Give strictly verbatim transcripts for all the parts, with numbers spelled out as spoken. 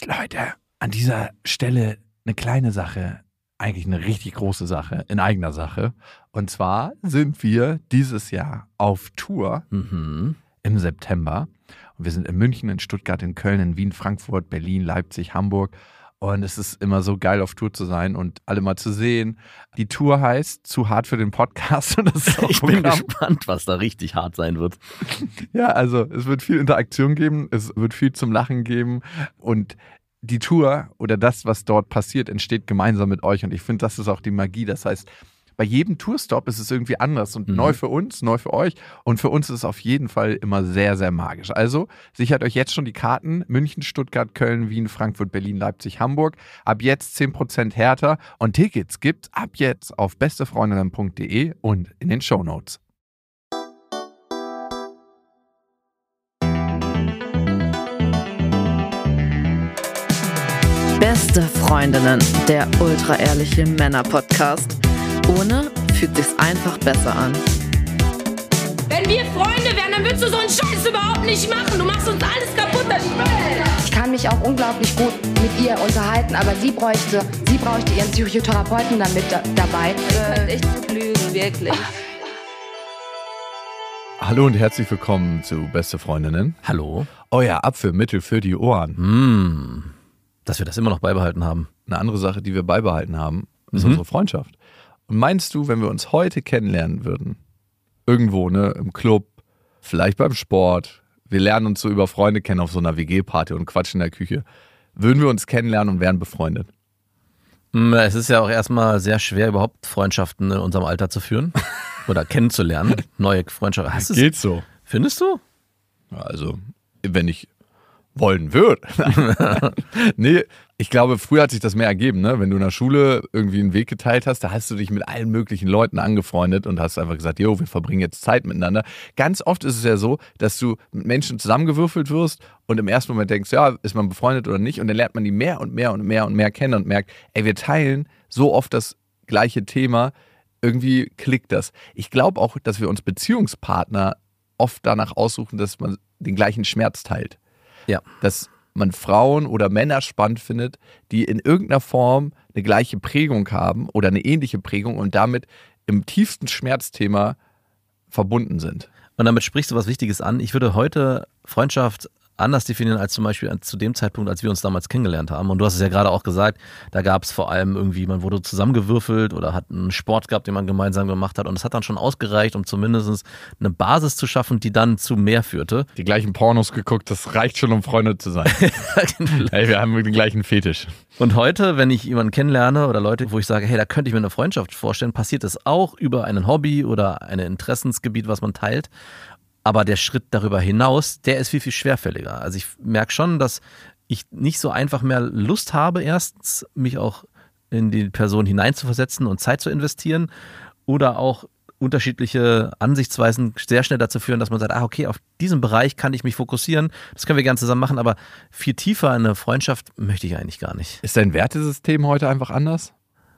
Leute, an dieser Stelle eine kleine Sache, eigentlich eine richtig große Sache, in eigener Sache. Und zwar sind wir dieses Jahr auf Tour Mhm. im September. Und wir sind in München, in Stuttgart, in Köln, in Wien, Frankfurt, Berlin, Leipzig, Hamburg. Und es ist immer so geil, auf Tour zu sein und alle mal zu sehen. Die Tour heißt Zu hart für den Podcast. Und das ist auch Ich bin Programm. gespannt, was da richtig hart sein wird. Ja, also es wird viel Interaktion geben, es wird viel zum Lachen geben und die Tour oder das, was dort passiert, entsteht gemeinsam mit euch und ich finde, das ist auch die Magie. Das heißt, bei jedem Tourstop ist es irgendwie anders und Mhm. neu für uns, neu für euch und für uns ist es auf jeden Fall immer sehr, sehr magisch. Also sichert euch jetzt schon die Karten: München, Stuttgart, Köln, Wien, Frankfurt, Berlin, Leipzig, Hamburg. Ab jetzt zehn Prozent härter und Tickets gibt's ab jetzt auf bestefreundinnen punkt de und in den Shownotes. Beste Freundinnen, der ultra-ehrliche Männer-Podcast. Ohne fühlt sich's einfach besser an. Wenn wir Freunde wären, dann würdest du so einen Scheiß überhaupt nicht machen. Du machst uns alles kaputt, das Spiel. Ich kann mich auch unglaublich gut mit ihr unterhalten, aber sie bräuchte, sie bräuchte ihren Psychotherapeuten dann mit da, dabei. Ihr könnt echt gut lügen, wirklich. Hallo und herzlich willkommen zu Beste Freundinnen. Hallo? Euer Apfelmittel für die Ohren. Hm. Dass wir das immer noch beibehalten haben. Eine andere Sache, die wir beibehalten haben, ist Mhm. unsere Freundschaft. Und meinst du, wenn wir uns heute kennenlernen würden, irgendwo, ne, im Club, vielleicht beim Sport, wir lernen uns so über Freunde kennen auf so einer W G-Party und quatschen in der Küche, würden wir uns kennenlernen und wären befreundet? Hm, Es ist ja auch erstmal sehr schwer, überhaupt Freundschaften in unserem Alter zu führen oder kennenzulernen. Neue Freundschaften. Hast du's- Geht so. Findest du? Also, wenn ich wollen würde. Nee, ich glaube, früher hat sich das mehr ergeben, ne? Wenn du in der Schule irgendwie einen Weg geteilt hast, da hast du dich mit allen möglichen Leuten angefreundet und hast einfach gesagt, jo, wir verbringen jetzt Zeit miteinander. Ganz oft ist es ja so, dass du mit Menschen zusammengewürfelt wirst und im ersten Moment denkst, ja, ist man befreundet oder nicht? Und dann lernt man die mehr und mehr und mehr und mehr kennen und merkt, ey, wir teilen so oft das gleiche Thema, irgendwie klickt das. Ich glaube auch, dass wir uns Beziehungspartner oft danach aussuchen, dass man den gleichen Schmerz teilt. Ja. Dass man Frauen oder Männer spannend findet, die in irgendeiner Form eine gleiche Prägung haben oder eine ähnliche Prägung und damit im tiefsten Schmerzthema verbunden sind. Und damit sprichst du was Wichtiges an. Ich würde heute Freundschaft anders definieren als zum Beispiel zu dem Zeitpunkt, als wir uns damals kennengelernt haben. Und du hast es ja gerade auch gesagt, da gab es vor allem irgendwie, man wurde zusammengewürfelt oder hat einen Sport gehabt, den man gemeinsam gemacht hat. Und das hat dann schon ausgereicht, um zumindest eine Basis zu schaffen, die dann zu mehr führte. Die gleichen Pornos geguckt, das reicht schon, um Freunde zu sein. Ey, wir haben den gleichen Fetisch. Und heute, wenn ich jemanden kennenlerne oder Leute, wo ich sage, hey, da könnte ich mir eine Freundschaft vorstellen, passiert es auch über einen Hobby oder ein Interessensgebiet, was man teilt. Aber der Schritt darüber hinaus, der ist viel, viel schwerfälliger. Also ich merke schon, dass ich nicht so einfach mehr Lust habe, erstens mich auch in die Person hineinzuversetzen und Zeit zu investieren oder auch unterschiedliche Ansichtsweisen sehr schnell dazu führen, dass man sagt, ah, okay, auf diesen Bereich kann ich mich fokussieren, das können wir gerne zusammen machen, aber viel tiefer in eine Freundschaft möchte ich eigentlich gar nicht. Ist dein Wertesystem heute einfach anders?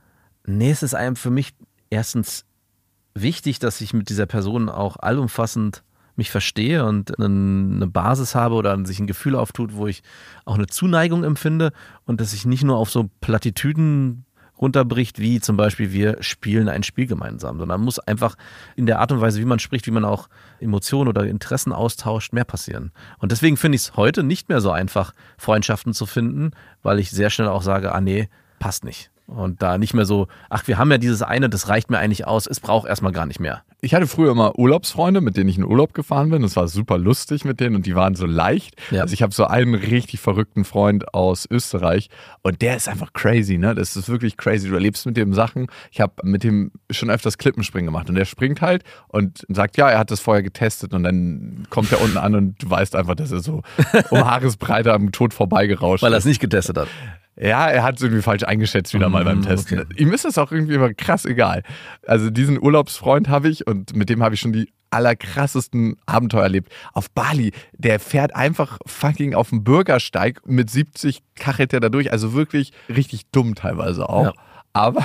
Nee, es ist einem für mich erstens wichtig, dass ich mit dieser Person auch allumfassend mich verstehe und eine Basis habe oder sich ein Gefühl auftut, wo ich auch eine Zuneigung empfinde und dass sich nicht nur auf so Plattitüden runterbricht, wie zum Beispiel wir spielen ein Spiel gemeinsam, sondern muss einfach in der Art und Weise, wie man spricht, wie man auch Emotionen oder Interessen austauscht, mehr passieren. Und deswegen finde ich es heute nicht mehr so einfach, Freundschaften zu finden, weil ich sehr schnell auch sage, ah nee, passt nicht. Und da nicht mehr so, ach, wir haben ja dieses eine, das reicht mir eigentlich aus, es braucht erstmal gar nicht mehr. Ich hatte früher immer Urlaubsfreunde, mit denen ich in Urlaub gefahren bin. Das war super lustig mit denen und die waren so leicht. Ja. Also ich habe so einen richtig verrückten Freund aus Österreich und der ist einfach crazy, ne? Das ist wirklich crazy. Du erlebst mit dem Sachen. Ich habe mit dem schon öfters Klippenspringen gemacht und der springt halt und sagt, ja, er hat das vorher getestet und dann kommt er unten an und du weißt einfach, dass er so um Haaresbreite am Tod vorbeigerauscht Weil er ist. es nicht getestet hat. Ja, er hat es irgendwie falsch eingeschätzt wieder mal beim Testen. okay. Ihm ist das auch irgendwie immer krass egal. Also diesen Urlaubsfreund habe ich und mit dem habe ich schon die allerkrassesten Abenteuer erlebt. Auf Bali, der fährt einfach fucking auf dem Bürgersteig mit siebzig kachelt er da durch. Also wirklich richtig dumm teilweise auch. Ja. Aber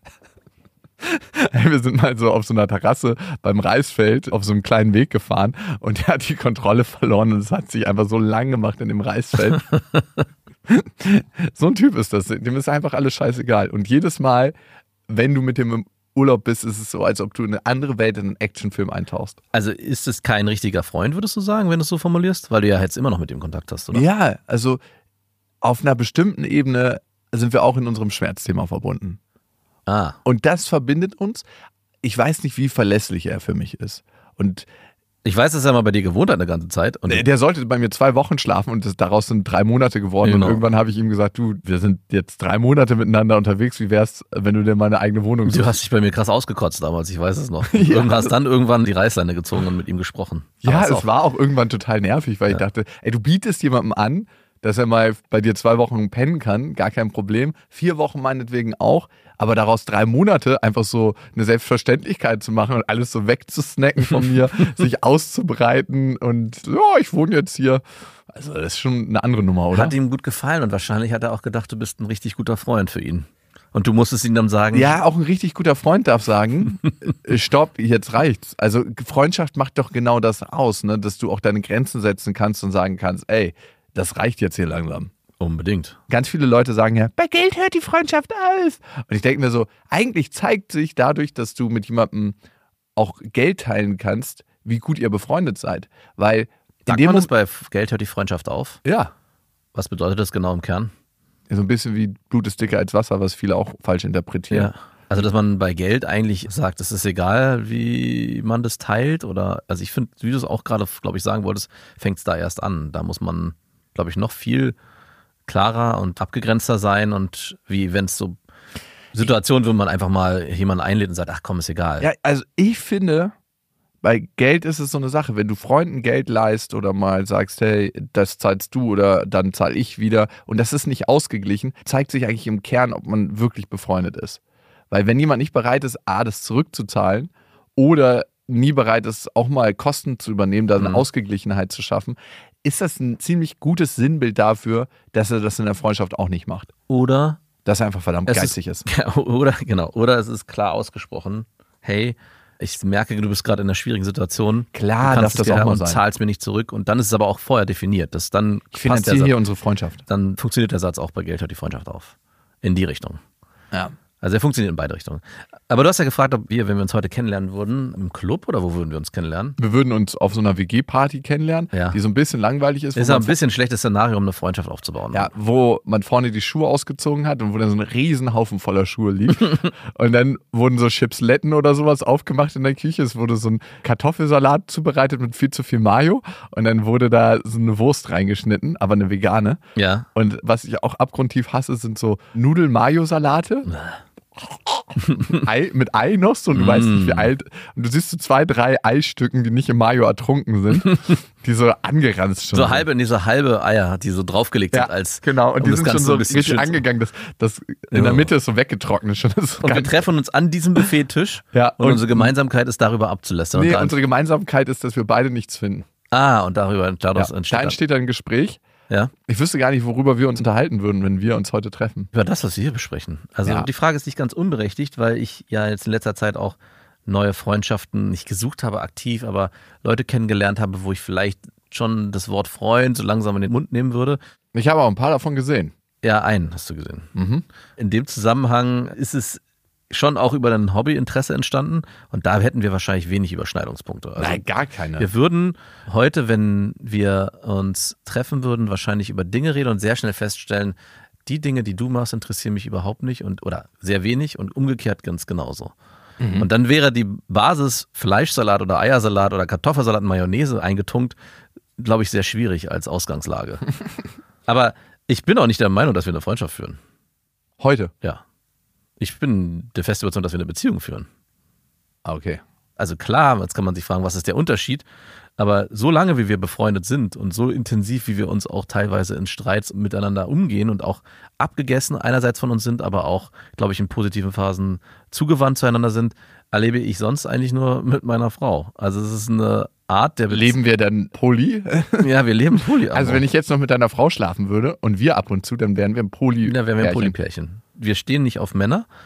wir sind mal so auf so einer Terrasse beim Reisfeld auf so einem kleinen Weg gefahren und er hat die Kontrolle verloren und es hat sich einfach so lang gemacht in dem Reisfeld. So ein Typ ist das. Dem ist einfach alles scheißegal. Und jedes Mal, wenn du mit dem im Urlaub bist, ist es so, als ob du in eine andere Welt in einen Actionfilm eintauchst. Also ist es kein richtiger Freund, würdest du sagen, wenn du es so formulierst? Weil du ja jetzt immer noch mit ihm Kontakt hast, oder? Ja, also auf einer bestimmten Ebene sind wir auch in unserem Schmerzthema verbunden. Ah. Und das verbindet uns. Ich weiß nicht, wie verlässlich er für mich ist. Und Ich weiß, dass er mal bei dir gewohnt hat eine ganze Zeit. Und der, der sollte bei mir zwei Wochen schlafen und das, daraus sind drei Monate geworden. Genau. Und irgendwann habe ich ihm gesagt, du, wir sind jetzt drei Monate miteinander unterwegs. Wie wär's, wenn du dir mal eine eigene Wohnung du suchst? hast dich bei mir krass ausgekotzt damals, ich weiß es noch. Ja. Irgendwann hast dann irgendwann die Reißleine gezogen und mit ihm gesprochen. Ja, Aber es auch- war auch irgendwann total nervig, weil Ja. ich dachte, ey, du bietest jemandem an, dass er mal bei dir zwei Wochen pennen kann, gar kein Problem. Vier Wochen meinetwegen auch, aber daraus drei Monate einfach so eine Selbstverständlichkeit zu machen und alles so wegzusnacken von mir, sich auszubreiten und ja, ich wohne jetzt hier. Also das ist schon eine andere Nummer, oder? Hat ihm gut gefallen und wahrscheinlich hat er auch gedacht, du bist ein richtig guter Freund für ihn. Und du musstest ihm dann sagen, Ja, auch ein richtig guter Freund darf sagen, äh, stopp, jetzt reicht's. Also Freundschaft macht doch genau das aus, ne? Dass du auch deine Grenzen setzen kannst und sagen kannst, ey, das reicht jetzt hier langsam. unbedingt. Ganz viele Leute sagen ja, bei Geld hört die Freundschaft auf. Und ich denke mir so, eigentlich zeigt sich dadurch, dass du mit jemandem auch Geld teilen kannst, wie gut ihr befreundet seid. Weil in Sagt dem man das Moment, bei Geld hört die Freundschaft auf? ja, Was bedeutet das genau im Kern? so ein bisschen wie Blut ist dicker als Wasser, was viele auch falsch interpretieren. Also, dass man bei Geld eigentlich sagt, es ist egal, wie man das teilt oder, also ich finde, wie du es auch gerade, glaube ich, sagen wolltest, fängt es da erst an. Da muss man, glaube ich, noch viel klarer und abgegrenzter sein und wie wenn es so Situationen, wo man einfach mal jemanden einlädt und sagt, ach komm, ist egal. Ja, also ich finde, bei Geld ist es so eine Sache, wenn du Freunden Geld leihst oder mal sagst, hey, das zahlst du oder dann zahl ich wieder und das ist nicht ausgeglichen, zeigt sich eigentlich im Kern, ob man wirklich befreundet ist. Weil wenn jemand nicht bereit ist, A, das zurückzuzahlen oder nie bereit ist, auch mal Kosten zu übernehmen, da eine Mhm. Ausgeglichenheit zu schaffen, ist das ein ziemlich gutes Sinnbild dafür, dass er das in der Freundschaft auch nicht macht. Oder Dass er einfach verdammt Es ist- geizig ist. Oder, genau, oder es ist klar ausgesprochen, hey, ich merke, du bist gerade in einer schwierigen Situation. Klar, du darf kannst das es auch dir mal und sein. zahlst mir nicht zurück. Und dann ist es aber auch vorher definiert. Dass dann Ich passt der finanziere Satz, hier unsere Freundschaft. dann funktioniert der Satz auch bei Geld hört die Freundschaft auf. In die Richtung. Ja. Also er funktioniert in beide Richtungen. Aber du hast ja gefragt, ob wir, wenn wir uns heute kennenlernen würden, im Club oder wo würden wir uns kennenlernen? Wir würden uns auf so einer W G-Party kennenlernen, Ja. die so ein bisschen langweilig ist. wo Ist ja man ein bisschen ein schlechtes Szenario, um eine Freundschaft aufzubauen. Ja, wo man vorne die Schuhe ausgezogen hat und wo dann so ein riesen Haufen voller Schuhe liegt. Und dann wurden so Chipsletten oder sowas aufgemacht in der Küche. Es wurde so ein Kartoffelsalat zubereitet mit viel zu viel Mayo. Und dann wurde da so eine Wurst reingeschnitten, aber eine vegane. Ja. Und was ich auch abgrundtief hasse, sind so Nudel-Mayo-Salate. Ei, mit Ei noch so, und du Mm. weißt nicht, wie alt. Und du siehst so zwei, drei Eistücken, die nicht im Mayo ertrunken sind, die so angeranzt schon So sind. halbe, diese halbe Eier, die so draufgelegt Ja, sind als. genau. Und um die das sind Ganze schon so so ein bisschen richtig schützen. angegangen. Das, das in Ja. der Mitte ist so weggetrocknet schon. Das ist Und wir ganz- treffen uns an diesem Buffettisch Ja, und, und- unsere Gemeinsamkeit ist darüber abzulästern. nee, und da, unsere Gemeinsamkeit ist, dass wir beide nichts finden. ah, und darüber daraus Ja, entsteht. da dann- entsteht dann ein Gespräch. Ja, Ich wüsste gar nicht, worüber wir uns unterhalten würden, wenn wir uns heute treffen. über das, was wir hier besprechen. Also Ja. die Frage ist nicht ganz unberechtigt, weil ich ja jetzt in letzter Zeit auch neue Freundschaften nicht gesucht habe aktiv, aber Leute kennengelernt habe, wo ich vielleicht schon das Wort Freund so langsam in den Mund nehmen würde. Ich habe auch ein paar davon gesehen. Ja, einen hast du gesehen. Mhm. In dem Zusammenhang ist es schon auch über ein Hobbyinteresse entstanden und da hätten wir wahrscheinlich wenig Überschneidungspunkte. Also Nein, gar keine. wir würden heute, wenn wir uns treffen würden, wahrscheinlich über Dinge reden und sehr schnell feststellen, die Dinge, die du machst, interessieren mich überhaupt nicht und oder sehr wenig und umgekehrt ganz genauso. Mhm. Und dann wäre die Basis Fleischsalat oder Eiersalat oder Kartoffelsalat und Mayonnaise eingetunkt, glaube ich, sehr schwierig als Ausgangslage. Aber ich bin auch nicht der Meinung, dass wir eine Freundschaft führen. Heute. Ja. Ich bin der festen Überzeugung, dass wir eine Beziehung führen. Ah, okay. Also klar, jetzt kann man sich fragen, was ist der Unterschied? Aber so lange, wie wir befreundet sind und so intensiv, wie wir uns auch teilweise in Streits miteinander umgehen und auch abgegessen einerseits von uns sind, aber auch, glaube ich, in positiven Phasen zugewandt zueinander sind, erlebe ich sonst eigentlich nur mit meiner Frau. Also es ist eine Art der Bezie- Leben wir dann poly? Ja, wir leben Polyamor. Also wenn ich jetzt noch mit deiner Frau schlafen würde und wir ab und zu, dann wären wir ein Poly. Ja, wären wir ein Pärchen. Polypärchen. Wir stehen nicht auf Männer,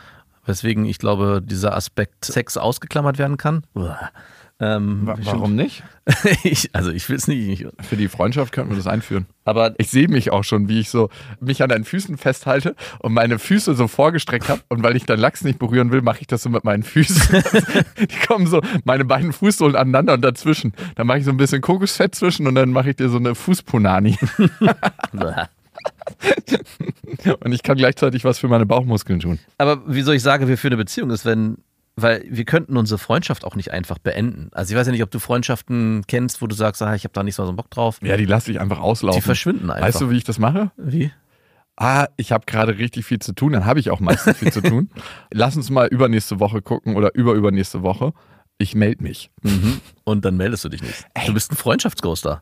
weswegen ich glaube, dieser Aspekt Sex ausgeklammert werden kann. Ähm, Wa- Warum nicht? ich, also ich will es nicht. Für die Freundschaft könnten wir das einführen. Aber Ich sehe mich auch schon, wie ich so mich an deinen Füßen festhalte und meine Füße so vorgestreckt habe. Und weil ich deinen Lachs nicht berühren will, mache ich das so mit meinen Füßen. Die kommen so, meine beiden Fußsohlen aneinander und dazwischen. Dann mache ich so ein bisschen Kokosfett zwischen und dann mache ich dir so eine Fußpunani. Und ich kann gleichzeitig was für meine Bauchmuskeln tun. Aber wieso ich sage, wir führen eine Beziehung, ist, wenn, weil wir könnten unsere Freundschaft auch nicht einfach beenden. Also ich weiß ja nicht, ob du Freundschaften kennst, wo du sagst, ah, ich habe da nicht so einen Bock drauf. Ja, die lasse ich einfach auslaufen. Die verschwinden einfach. Weißt du, wie ich das mache? Wie? Ah, ich habe gerade richtig viel zu tun, dann habe ich auch meistens viel zu tun. Lass uns mal übernächste Woche gucken oder überübernächste Woche. Ich melde mich. Mhm. Und dann meldest du dich nicht. Ey. Du bist ein Freundschaftsghoster.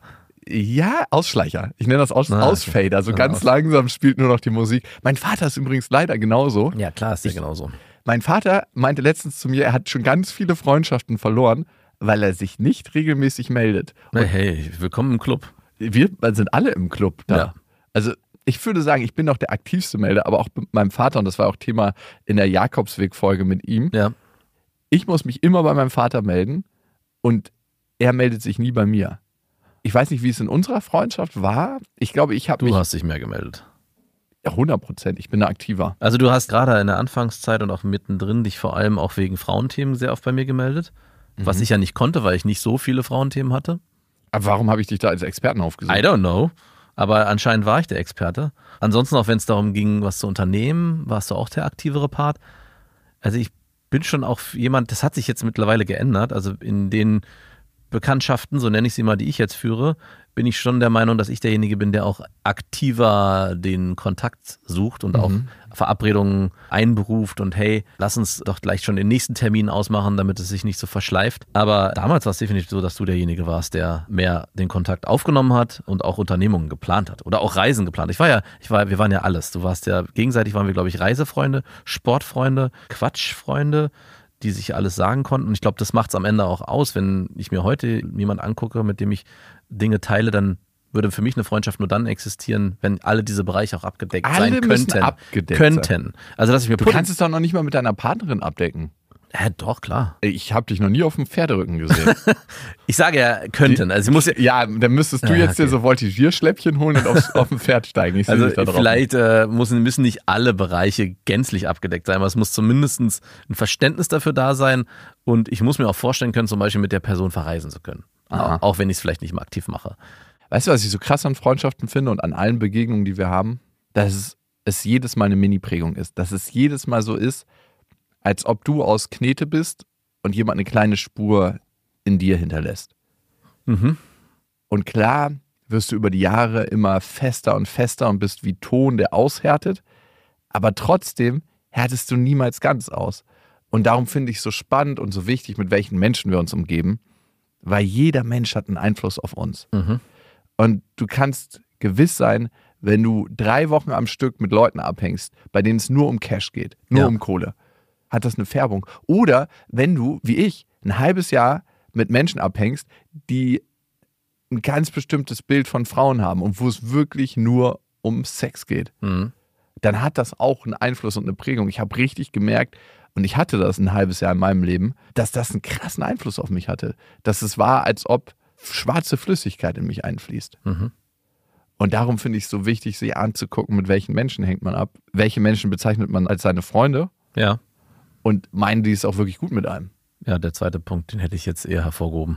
Ja, Ausschleicher. Ich nenne das Aus Ah, Ausfader. Also okay. ganz Aus- langsam spielt nur noch die Musik. Mein Vater ist übrigens leider genauso. Ja, klar, ist ja Ich- genauso. Mein Vater meinte letztens zu mir, er hat schon ganz viele Freundschaften verloren, weil er sich nicht regelmäßig meldet. Hey, hey, willkommen im Club. Wir sind alle im Club da. Ja. Also ich würde sagen, ich bin noch der aktivste Melder, aber auch mit meinem Vater, und das war auch Thema in der Jakobsweg-Folge mit ihm. Ja. Ich muss mich immer bei meinem Vater melden und er meldet sich nie bei mir. Ich weiß nicht, wie es in unserer Freundschaft war. Ich glaube, ich habe Du mich hast dich mehr gemeldet. ja, hundert Prozent, ich bin da aktiver. Also du hast gerade in der Anfangszeit und auch mittendrin dich vor allem auch wegen Frauenthemen sehr oft bei mir gemeldet. Was ich ja nicht konnte, weil ich nicht so viele Frauenthemen hatte. Aber warum habe ich dich da als Experten aufgesucht? I don't know. Aber anscheinend war ich der Experte. Ansonsten auch, wenn es darum ging, was zu unternehmen, warst du auch der aktivere Part. Also ich bin schon auch jemand, das hat sich jetzt mittlerweile geändert. Also in den Bekanntschaften, so nenne ich sie mal, die ich jetzt führe, bin ich schon der Meinung, dass ich derjenige bin, der auch aktiver den Kontakt sucht und auch Verabredungen einberuft und hey, lass uns doch gleich schon den nächsten Termin ausmachen, damit es sich nicht so verschleift. Aber damals war es definitiv so, dass du derjenige warst, der mehr den Kontakt aufgenommen hat und auch Unternehmungen geplant hat oder auch Reisen geplant. Ich war ja, ich war, wir waren ja alles. Du warst ja, gegenseitig waren wir, glaube ich, Reisefreunde, Sportfreunde, Quatschfreunde, die sich alles sagen konnten. Und ich glaube, das macht es am Ende auch aus. Wenn ich mir heute jemanden angucke, mit dem ich Dinge teile, dann würde für mich eine Freundschaft nur dann existieren, wenn alle diese Bereiche auch abgedeckt Alle sein müssen könnten. abgedeckt könnten. Also, dass ich mir Du kannst es doch noch nicht mal mit deiner Partnerin abdecken. Ja, doch, klar. Ich habe dich noch nie auf dem Pferderücken gesehen. Ich sage ja, könnten. Also, ich muss ja, Ja, dann müsstest du Ja, jetzt dir okay. so Voltigierschläppchen holen und aufs, auf dem Pferd steigen. Ich sehe also dich da drauf. vielleicht äh, müssen, müssen nicht alle Bereiche gänzlich abgedeckt sein, aber es muss zumindest ein Verständnis dafür da sein und ich muss mir auch vorstellen können, zum Beispiel mit der Person verreisen zu können. Aha. Auch wenn ich es vielleicht nicht mal aktiv mache. Weißt du, was ich so krass an Freundschaften finde und an allen Begegnungen, die wir haben? Dass es, es jedes Mal eine Mini-Prägung ist. Dass es jedes Mal so ist, als ob du aus Knete bist und jemand eine kleine Spur in dir hinterlässt. Mhm. Und klar wirst du über die Jahre immer fester und fester und bist wie Ton, der aushärtet. Aber trotzdem härtest du niemals ganz aus. Und darum finde ich es so spannend und so wichtig, mit welchen Menschen wir uns umgeben. Weil jeder Mensch hat einen Einfluss auf uns. Mhm. Und du kannst gewiss sein, wenn du drei Wochen am Stück mit Leuten abhängst, bei denen es nur um Cash geht, nur Ja. um Kohle, hat das eine Färbung. Oder wenn du, wie ich, ein halbes Jahr mit Menschen abhängst, die ein ganz bestimmtes Bild von Frauen haben und wo es wirklich nur um Sex geht, Mhm. dann hat das auch einen Einfluss und eine Prägung. Ich habe richtig gemerkt, und ich hatte das ein halbes Jahr in meinem Leben, dass das einen krassen Einfluss auf mich hatte. Dass es war, als ob schwarze Flüssigkeit in mich einfließt. Mhm. Und darum finde ich es so wichtig, sich anzugucken, mit welchen Menschen hängt man ab. Welche Menschen bezeichnet man als seine Freunde Ja. und meinen die es auch wirklich gut mit einem. Ja, der zweite Punkt, den hätte ich jetzt eher hervorgehoben.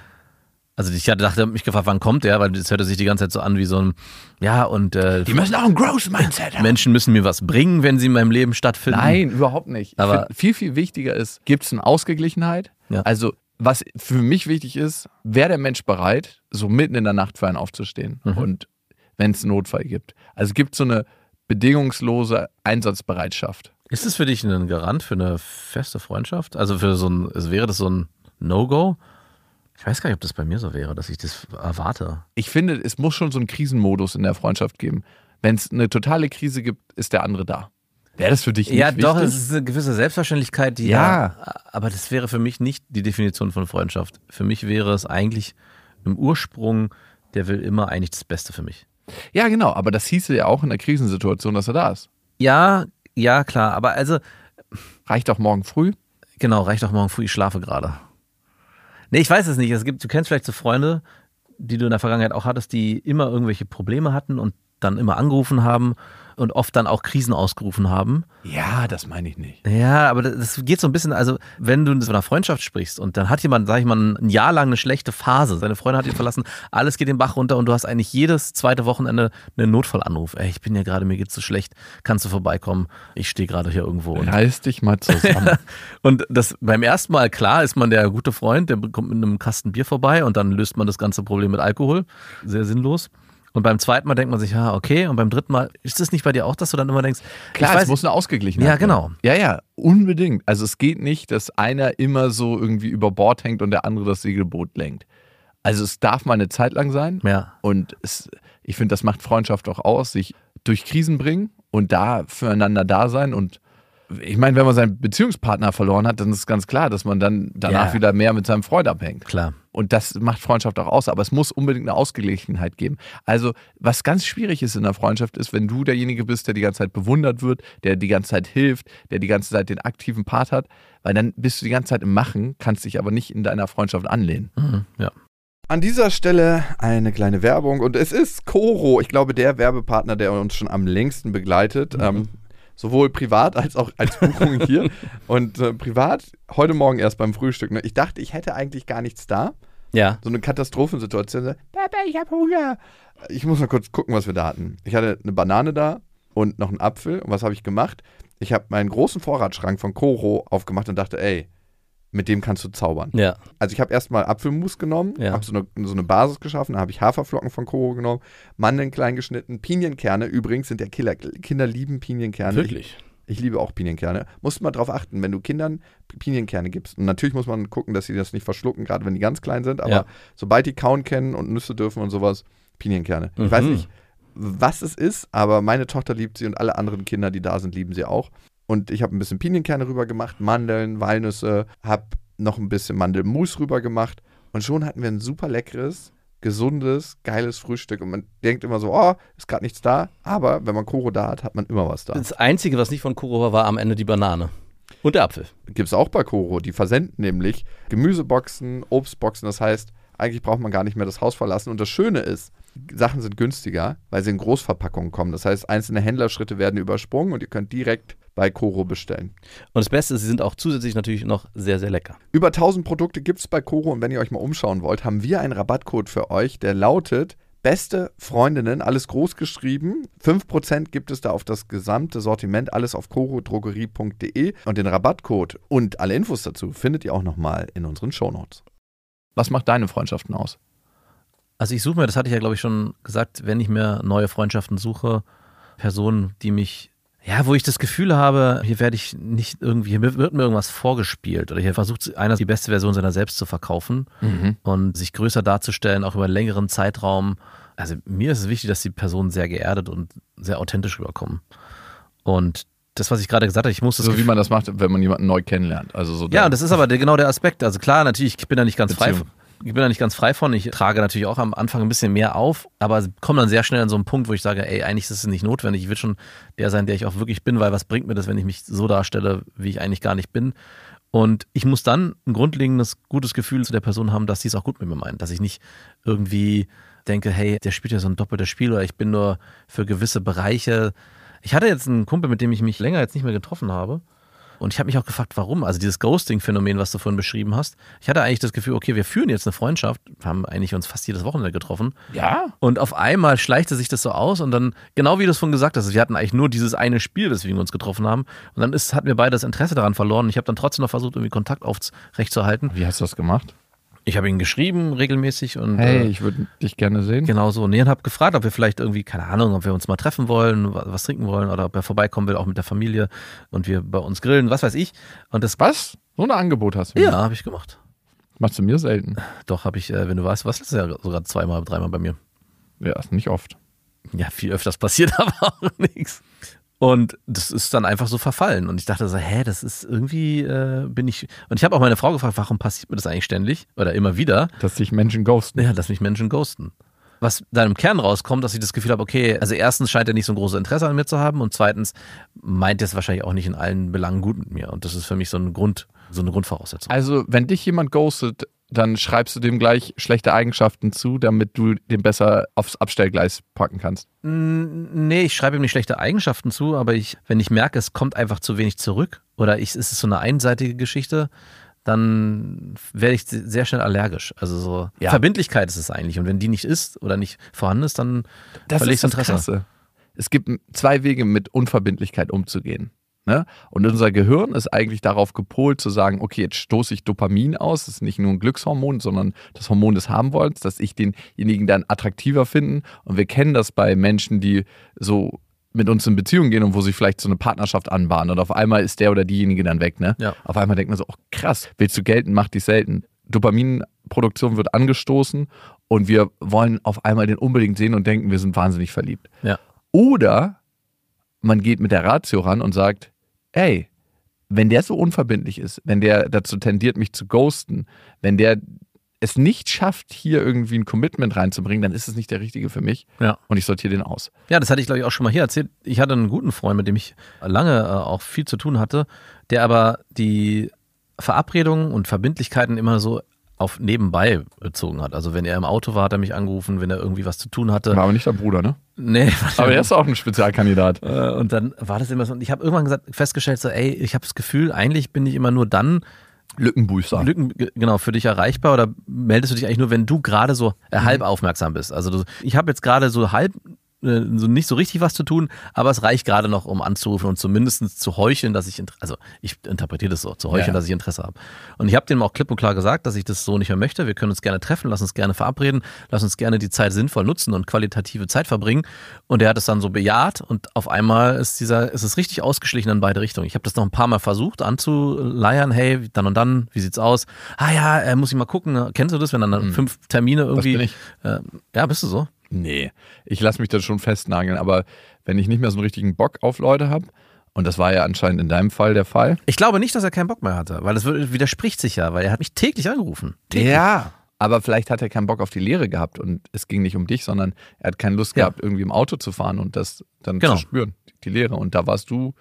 Also ich hatte, dachte, mich gefragt, wann kommt der, weil das hörte sich die ganze Zeit so an wie so ein, ja und äh, Die müssen auch ein Growth-Mindset haben. Menschen müssen mir was bringen, wenn sie in meinem Leben stattfinden. Nein, überhaupt nicht. Ich Aber- find, viel, viel wichtiger ist, gibt es eine Ausgeglichenheit? Ja. Also was für mich wichtig ist, wäre der Mensch bereit, so mitten in der Nacht für einen aufzustehen Mhm. und wenn es einen Notfall gibt. Also gibt es so eine bedingungslose Einsatzbereitschaft. Ist es für dich ein Garant für eine feste Freundschaft? Also für so ein, also wäre das so ein No-Go? Ich weiß gar nicht, ob das bei mir so wäre, dass ich das erwarte. Ich finde, es muss schon so einen Krisenmodus in der Freundschaft geben. Wenn es eine totale Krise gibt, ist der andere da. Wäre das für dich nicht Ja, wichtig? doch, es ist eine gewisse Selbstverständlichkeit, die Ja. da, aber das wäre für mich nicht die Definition von Freundschaft. Für mich wäre es eigentlich im Ursprung, der will immer eigentlich das Beste für mich. Ja, genau. Aber das hieße ja auch in der Krisensituation, dass er da ist. Ja, ja, klar, aber also Reicht auch morgen früh? Genau, reicht auch morgen früh, ich schlafe gerade. Nee, ich weiß es nicht. Es gibt, du kennst vielleicht so Freunde, die du in der Vergangenheit auch hattest, die immer irgendwelche Probleme hatten und dann immer angerufen haben und oft dann auch Krisen ausgerufen haben. Ja, das meine ich nicht. Ja, aber das geht so ein bisschen, also wenn du in so einer Freundschaft sprichst und dann hat jemand, sag ich mal, ein Jahr lang eine schlechte Phase, seine Freundin hat ihn verlassen, alles geht den Bach runter und du hast eigentlich jedes zweite Wochenende einen Notfallanruf. Ey, ich bin ja gerade, mir geht's so schlecht, kannst du vorbeikommen? Ich stehe gerade hier irgendwo. Und Reiß dich mal zusammen. und das beim ersten Mal, klar, ist man der gute Freund, der kommt mit einem Kasten Bier vorbei und dann löst man das ganze Problem mit Alkohol. Sehr sinnlos. Und beim zweiten Mal denkt man sich, ja, okay. Und beim dritten Mal, ist das nicht bei dir auch, dass du dann immer denkst, klar, ich weiß, es muss eine Ausgeglichenheit Ja, genau. Ja, ja, unbedingt. Also es geht nicht, dass einer immer so irgendwie über Bord hängt und der andere das Segelboot lenkt. Also es darf mal eine Zeit lang sein. Ja. Und es, ich finde, das macht Freundschaft auch aus, sich durch Krisen bringen und da füreinander da sein. Und ich meine, wenn man seinen Beziehungspartner verloren hat, dann ist ganz klar, dass man dann danach Ja. wieder mehr mit seinem Freund abhängt. Klar. Und das macht Freundschaft auch aus, aber es muss unbedingt eine Ausgeglichenheit geben. Also was ganz schwierig ist in der Freundschaft ist, wenn du derjenige bist, der die ganze Zeit bewundert wird, der die ganze Zeit hilft, der die ganze Zeit den aktiven Part hat, weil dann bist du die ganze Zeit im Machen, kannst dich aber nicht in deiner Freundschaft anlehnen. Mhm, ja. An dieser Stelle eine kleine Werbung und es ist Koro, ich glaube der Werbepartner, der uns schon am längsten begleitet, mhm. ähm, sowohl privat als auch als Buchung hier und äh, privat heute Morgen erst beim Frühstück. Ne? Ich dachte, ich hätte eigentlich gar nichts da. Ja. So eine Katastrophensituation. So, Papa, ich hab Hunger. Ich muss mal kurz gucken, was wir da hatten. Ich hatte eine Banane da und noch einen Apfel. Und was habe ich gemacht? Ich habe meinen großen Vorratsschrank von Koro aufgemacht und dachte, ey, mit dem kannst du zaubern. Ja. Also ich habe erstmal Apfelmus genommen, Ja. habe so eine, so eine Basis geschaffen, dann habe ich Haferflocken von Koro genommen, Mandeln klein geschnitten, Pinienkerne übrigens sind der Killer. Kinder lieben Pinienkerne. Wirklich? Ich, ich liebe auch Pinienkerne. Musst mal drauf achten, wenn du Kindern Pinienkerne gibst. Und natürlich muss man gucken, dass sie das nicht verschlucken, gerade wenn die ganz klein sind. Aber Ja. sobald die kauen kennen und Nüsse dürfen und sowas, Pinienkerne. Mhm. Ich weiß nicht, was es ist, aber meine Tochter liebt sie und alle anderen Kinder, die da sind, lieben sie auch. Und ich habe ein bisschen Pinienkerne rüber gemacht, Mandeln, Walnüsse, habe noch ein bisschen Mandelmus rüber gemacht. Und schon hatten wir ein super leckeres, gesundes, geiles Frühstück. Und man denkt immer so, oh, ist gerade nichts da. Aber wenn man Koro da hat, hat man immer was da. Das Einzige, was nicht von Koro war, war am Ende die Banane. Und der Apfel. Gibt es auch bei Koro. Die versenden nämlich Gemüseboxen, Obstboxen. Das heißt, eigentlich braucht man gar nicht mehr das Haus verlassen. Und das Schöne ist, Sachen sind günstiger, weil sie in Großverpackungen kommen. Das heißt, einzelne Händlerschritte werden übersprungen und ihr könnt direkt bei Koro bestellen. Und das Beste ist, sie sind auch zusätzlich natürlich noch sehr, sehr lecker. Über tausend Produkte gibt es bei Koro und wenn ihr euch mal umschauen wollt, haben wir einen Rabattcode für euch, der lautet Beste Freundinnen, alles groß geschrieben. fünf Prozent gibt es da auf das gesamte Sortiment, alles auf korodrogerie punkt de und den Rabattcode und alle Infos dazu findet ihr auch nochmal in unseren Shownotes. Was macht deine Freundschaften aus? Also ich suche mir, das hatte ich ja glaube ich schon gesagt, wenn ich mir neue Freundschaften suche, Personen, die mich, ja, wo ich das Gefühl habe, hier werde ich nicht irgendwie, hier wird mir irgendwas vorgespielt oder hier versucht einer die beste Version seiner selbst zu verkaufen Mhm. und sich größer darzustellen, auch über einen längeren Zeitraum. Also mir ist es wichtig, dass die Personen sehr geerdet und sehr authentisch rüberkommen. Und das, was ich gerade gesagt habe, ich muss das So wie Gefühl- man das macht, wenn man jemanden neu kennenlernt. Also so Ja, der und das ist aber der, genau der Aspekt. Also klar, natürlich, ich bin da nicht ganz frei. Beziehung. Ich bin da nicht ganz frei von. Ich trage natürlich auch am Anfang ein bisschen mehr auf, aber komme dann sehr schnell an so einen Punkt, wo ich sage, ey, eigentlich ist es nicht notwendig. Ich will schon der sein, der ich auch wirklich bin, weil was bringt mir das, wenn ich mich so darstelle, wie ich eigentlich gar nicht bin? Und ich muss dann ein grundlegendes, gutes Gefühl zu der Person haben, dass sie es auch gut mit mir meint. Dass ich nicht irgendwie denke, hey, der spielt ja so ein doppeltes Spiel oder ich bin nur für gewisse Bereiche. Ich hatte jetzt einen Kumpel, mit dem ich mich länger jetzt nicht mehr getroffen habe. Und ich habe mich auch gefragt, warum. Also dieses Ghosting-Phänomen, was du vorhin beschrieben hast. Ich hatte eigentlich das Gefühl, okay, wir führen jetzt eine Freundschaft. Wir haben eigentlich uns fast jedes Wochenende getroffen. Ja. Und auf einmal schleichte sich das so aus und dann, genau wie du es vorhin gesagt hast, wir hatten eigentlich nur dieses eine Spiel, weswegen wir uns getroffen haben. Und dann ist, hatten wir beide das Interesse daran verloren. Ich habe dann trotzdem noch versucht, irgendwie Kontakt aufrechtzuerhalten. Wie hast du das gemacht? Ich habe ihn geschrieben regelmäßig und Hey, äh, ich würde dich gerne sehen. genau so. Nee, und habe gefragt, ob wir vielleicht irgendwie, keine Ahnung, ob wir uns mal treffen wollen, wa- was trinken wollen oder ob er vorbeikommen will, auch mit der Familie und wir bei uns grillen, was weiß ich. Und das, Was? So ein Angebot hast du? ja, habe ich gemacht. Machst du mir selten. Doch, habe ich, äh, wenn du weißt, was letztes Jahr sogar zweimal, dreimal bei mir. Ja, ist nicht oft. Ja, viel öfters passiert, aber auch nichts. Und das ist dann einfach so verfallen. Und ich dachte so, hä, das ist irgendwie, äh, bin ich. Und ich habe auch meine Frau gefragt, warum passiert mir das eigentlich ständig oder immer wieder? Dass dich Menschen ghosten. Ja, dass mich Menschen ghosten. was da im Kern rauskommt, dass ich das Gefühl habe, okay, also erstens scheint er nicht so ein großes Interesse an mir zu haben und zweitens meint er es wahrscheinlich auch nicht in allen Belangen gut mit mir. Und das ist für mich so ein Grund, so eine Grundvoraussetzung. Also, wenn dich jemand ghostet, dann schreibst du dem gleich schlechte Eigenschaften zu, damit du den besser aufs Abstellgleis packen kannst. Nee, ich schreibe ihm nicht schlechte Eigenschaften zu, aber ich, wenn ich merke, es kommt einfach zu wenig zurück oder ich, es ist so eine einseitige Geschichte, dann werde ich sehr schnell allergisch. Also so Ja. Verbindlichkeit ist es eigentlich. Und wenn die nicht ist oder nicht vorhanden ist, dann Das verliere ist ich das das Interesse. Krasse. Es gibt zwei Wege, mit Unverbindlichkeit umzugehen. Ne? Und unser Gehirn ist eigentlich darauf gepolt zu sagen, okay, jetzt stoße ich Dopamin aus, das ist nicht nur ein Glückshormon, sondern das Hormon des Haben-Wollens, dass ich denjenigen dann attraktiver finden. Und wir kennen das bei Menschen, die so mit uns in Beziehung gehen und wo sich vielleicht so eine Partnerschaft anbahnen und auf einmal ist der oder diejenige dann weg. Ne? Ja. Auf einmal denkt man so, oh krass, willst du gelten, mach dich selten. Dopaminproduktion wird angestoßen und wir wollen auf einmal den unbedingt sehen und denken, wir sind wahnsinnig verliebt. Ja. Oder man geht mit der Ratio ran und sagt, ey, wenn der so unverbindlich ist, wenn der dazu tendiert, mich zu ghosten, wenn der es nicht schafft, hier irgendwie ein Commitment reinzubringen, dann ist es nicht der Richtige für mich Ja. und ich sortiere den aus. Ja, das hatte ich, glaube ich, auch schon mal hier erzählt. Ich hatte einen guten Freund, mit dem ich lange äh, auch viel zu tun hatte, der aber die Verabredungen und Verbindlichkeiten immer so auf nebenbei bezogen hat. Also wenn er im Auto war, hat er mich angerufen, wenn er irgendwie was zu tun hatte. War aber nicht der Bruder, ne? Nee, Aber er ist auch ein Spezialkandidat. Äh, Und dann war das immer so. Und ich habe irgendwann gesagt, festgestellt, so, ey, ich habe das Gefühl, eigentlich bin ich immer nur dann Lückenbüßer. Lücken, ge- genau, für dich erreichbar oder meldest du dich eigentlich nur, wenn du gerade so äh, halb aufmerksam bist. Also du, ich habe jetzt gerade so halb äh, so nicht so richtig was zu tun, aber es reicht gerade noch, um anzurufen und zumindest zu heucheln, dass ich, Inter- also ich interpretiere das so, zu heucheln, Ja. dass ich Interesse habe. Und ich habe dem auch klipp und klar gesagt, dass ich das so nicht mehr möchte. Wir können uns gerne treffen, lass uns gerne verabreden, lass uns gerne die Zeit sinnvoll nutzen und qualitative Zeit verbringen. Und er hat es dann so bejaht und auf einmal ist dieser, ist es richtig ausgeschlichen in beide Richtungen. Ich habe das noch ein paar Mal versucht anzuleiern, hey, dann und dann, wie sieht's aus? Ah ja, äh, muss ich mal gucken. Kennst du das, wenn dann, dann fünf Termine irgendwie. bin ich. Äh, ja, bist du so? Nee, ich lasse mich da schon festnageln, aber wenn ich nicht mehr so einen richtigen Bock auf Leute habe, und das war ja anscheinend in deinem Fall der Fall. Ich glaube nicht, dass er keinen Bock mehr hatte, weil das wird- widerspricht sich ja, weil er hat mich täglich angerufen. Täglich. Ja. Aber vielleicht hat er keinen Bock auf die Lehre gehabt und es ging nicht um dich, sondern er hat keine Lust Ja. gehabt, irgendwie im Auto zu fahren und das dann Genau. zu spüren, die Lehre. Und da warst du,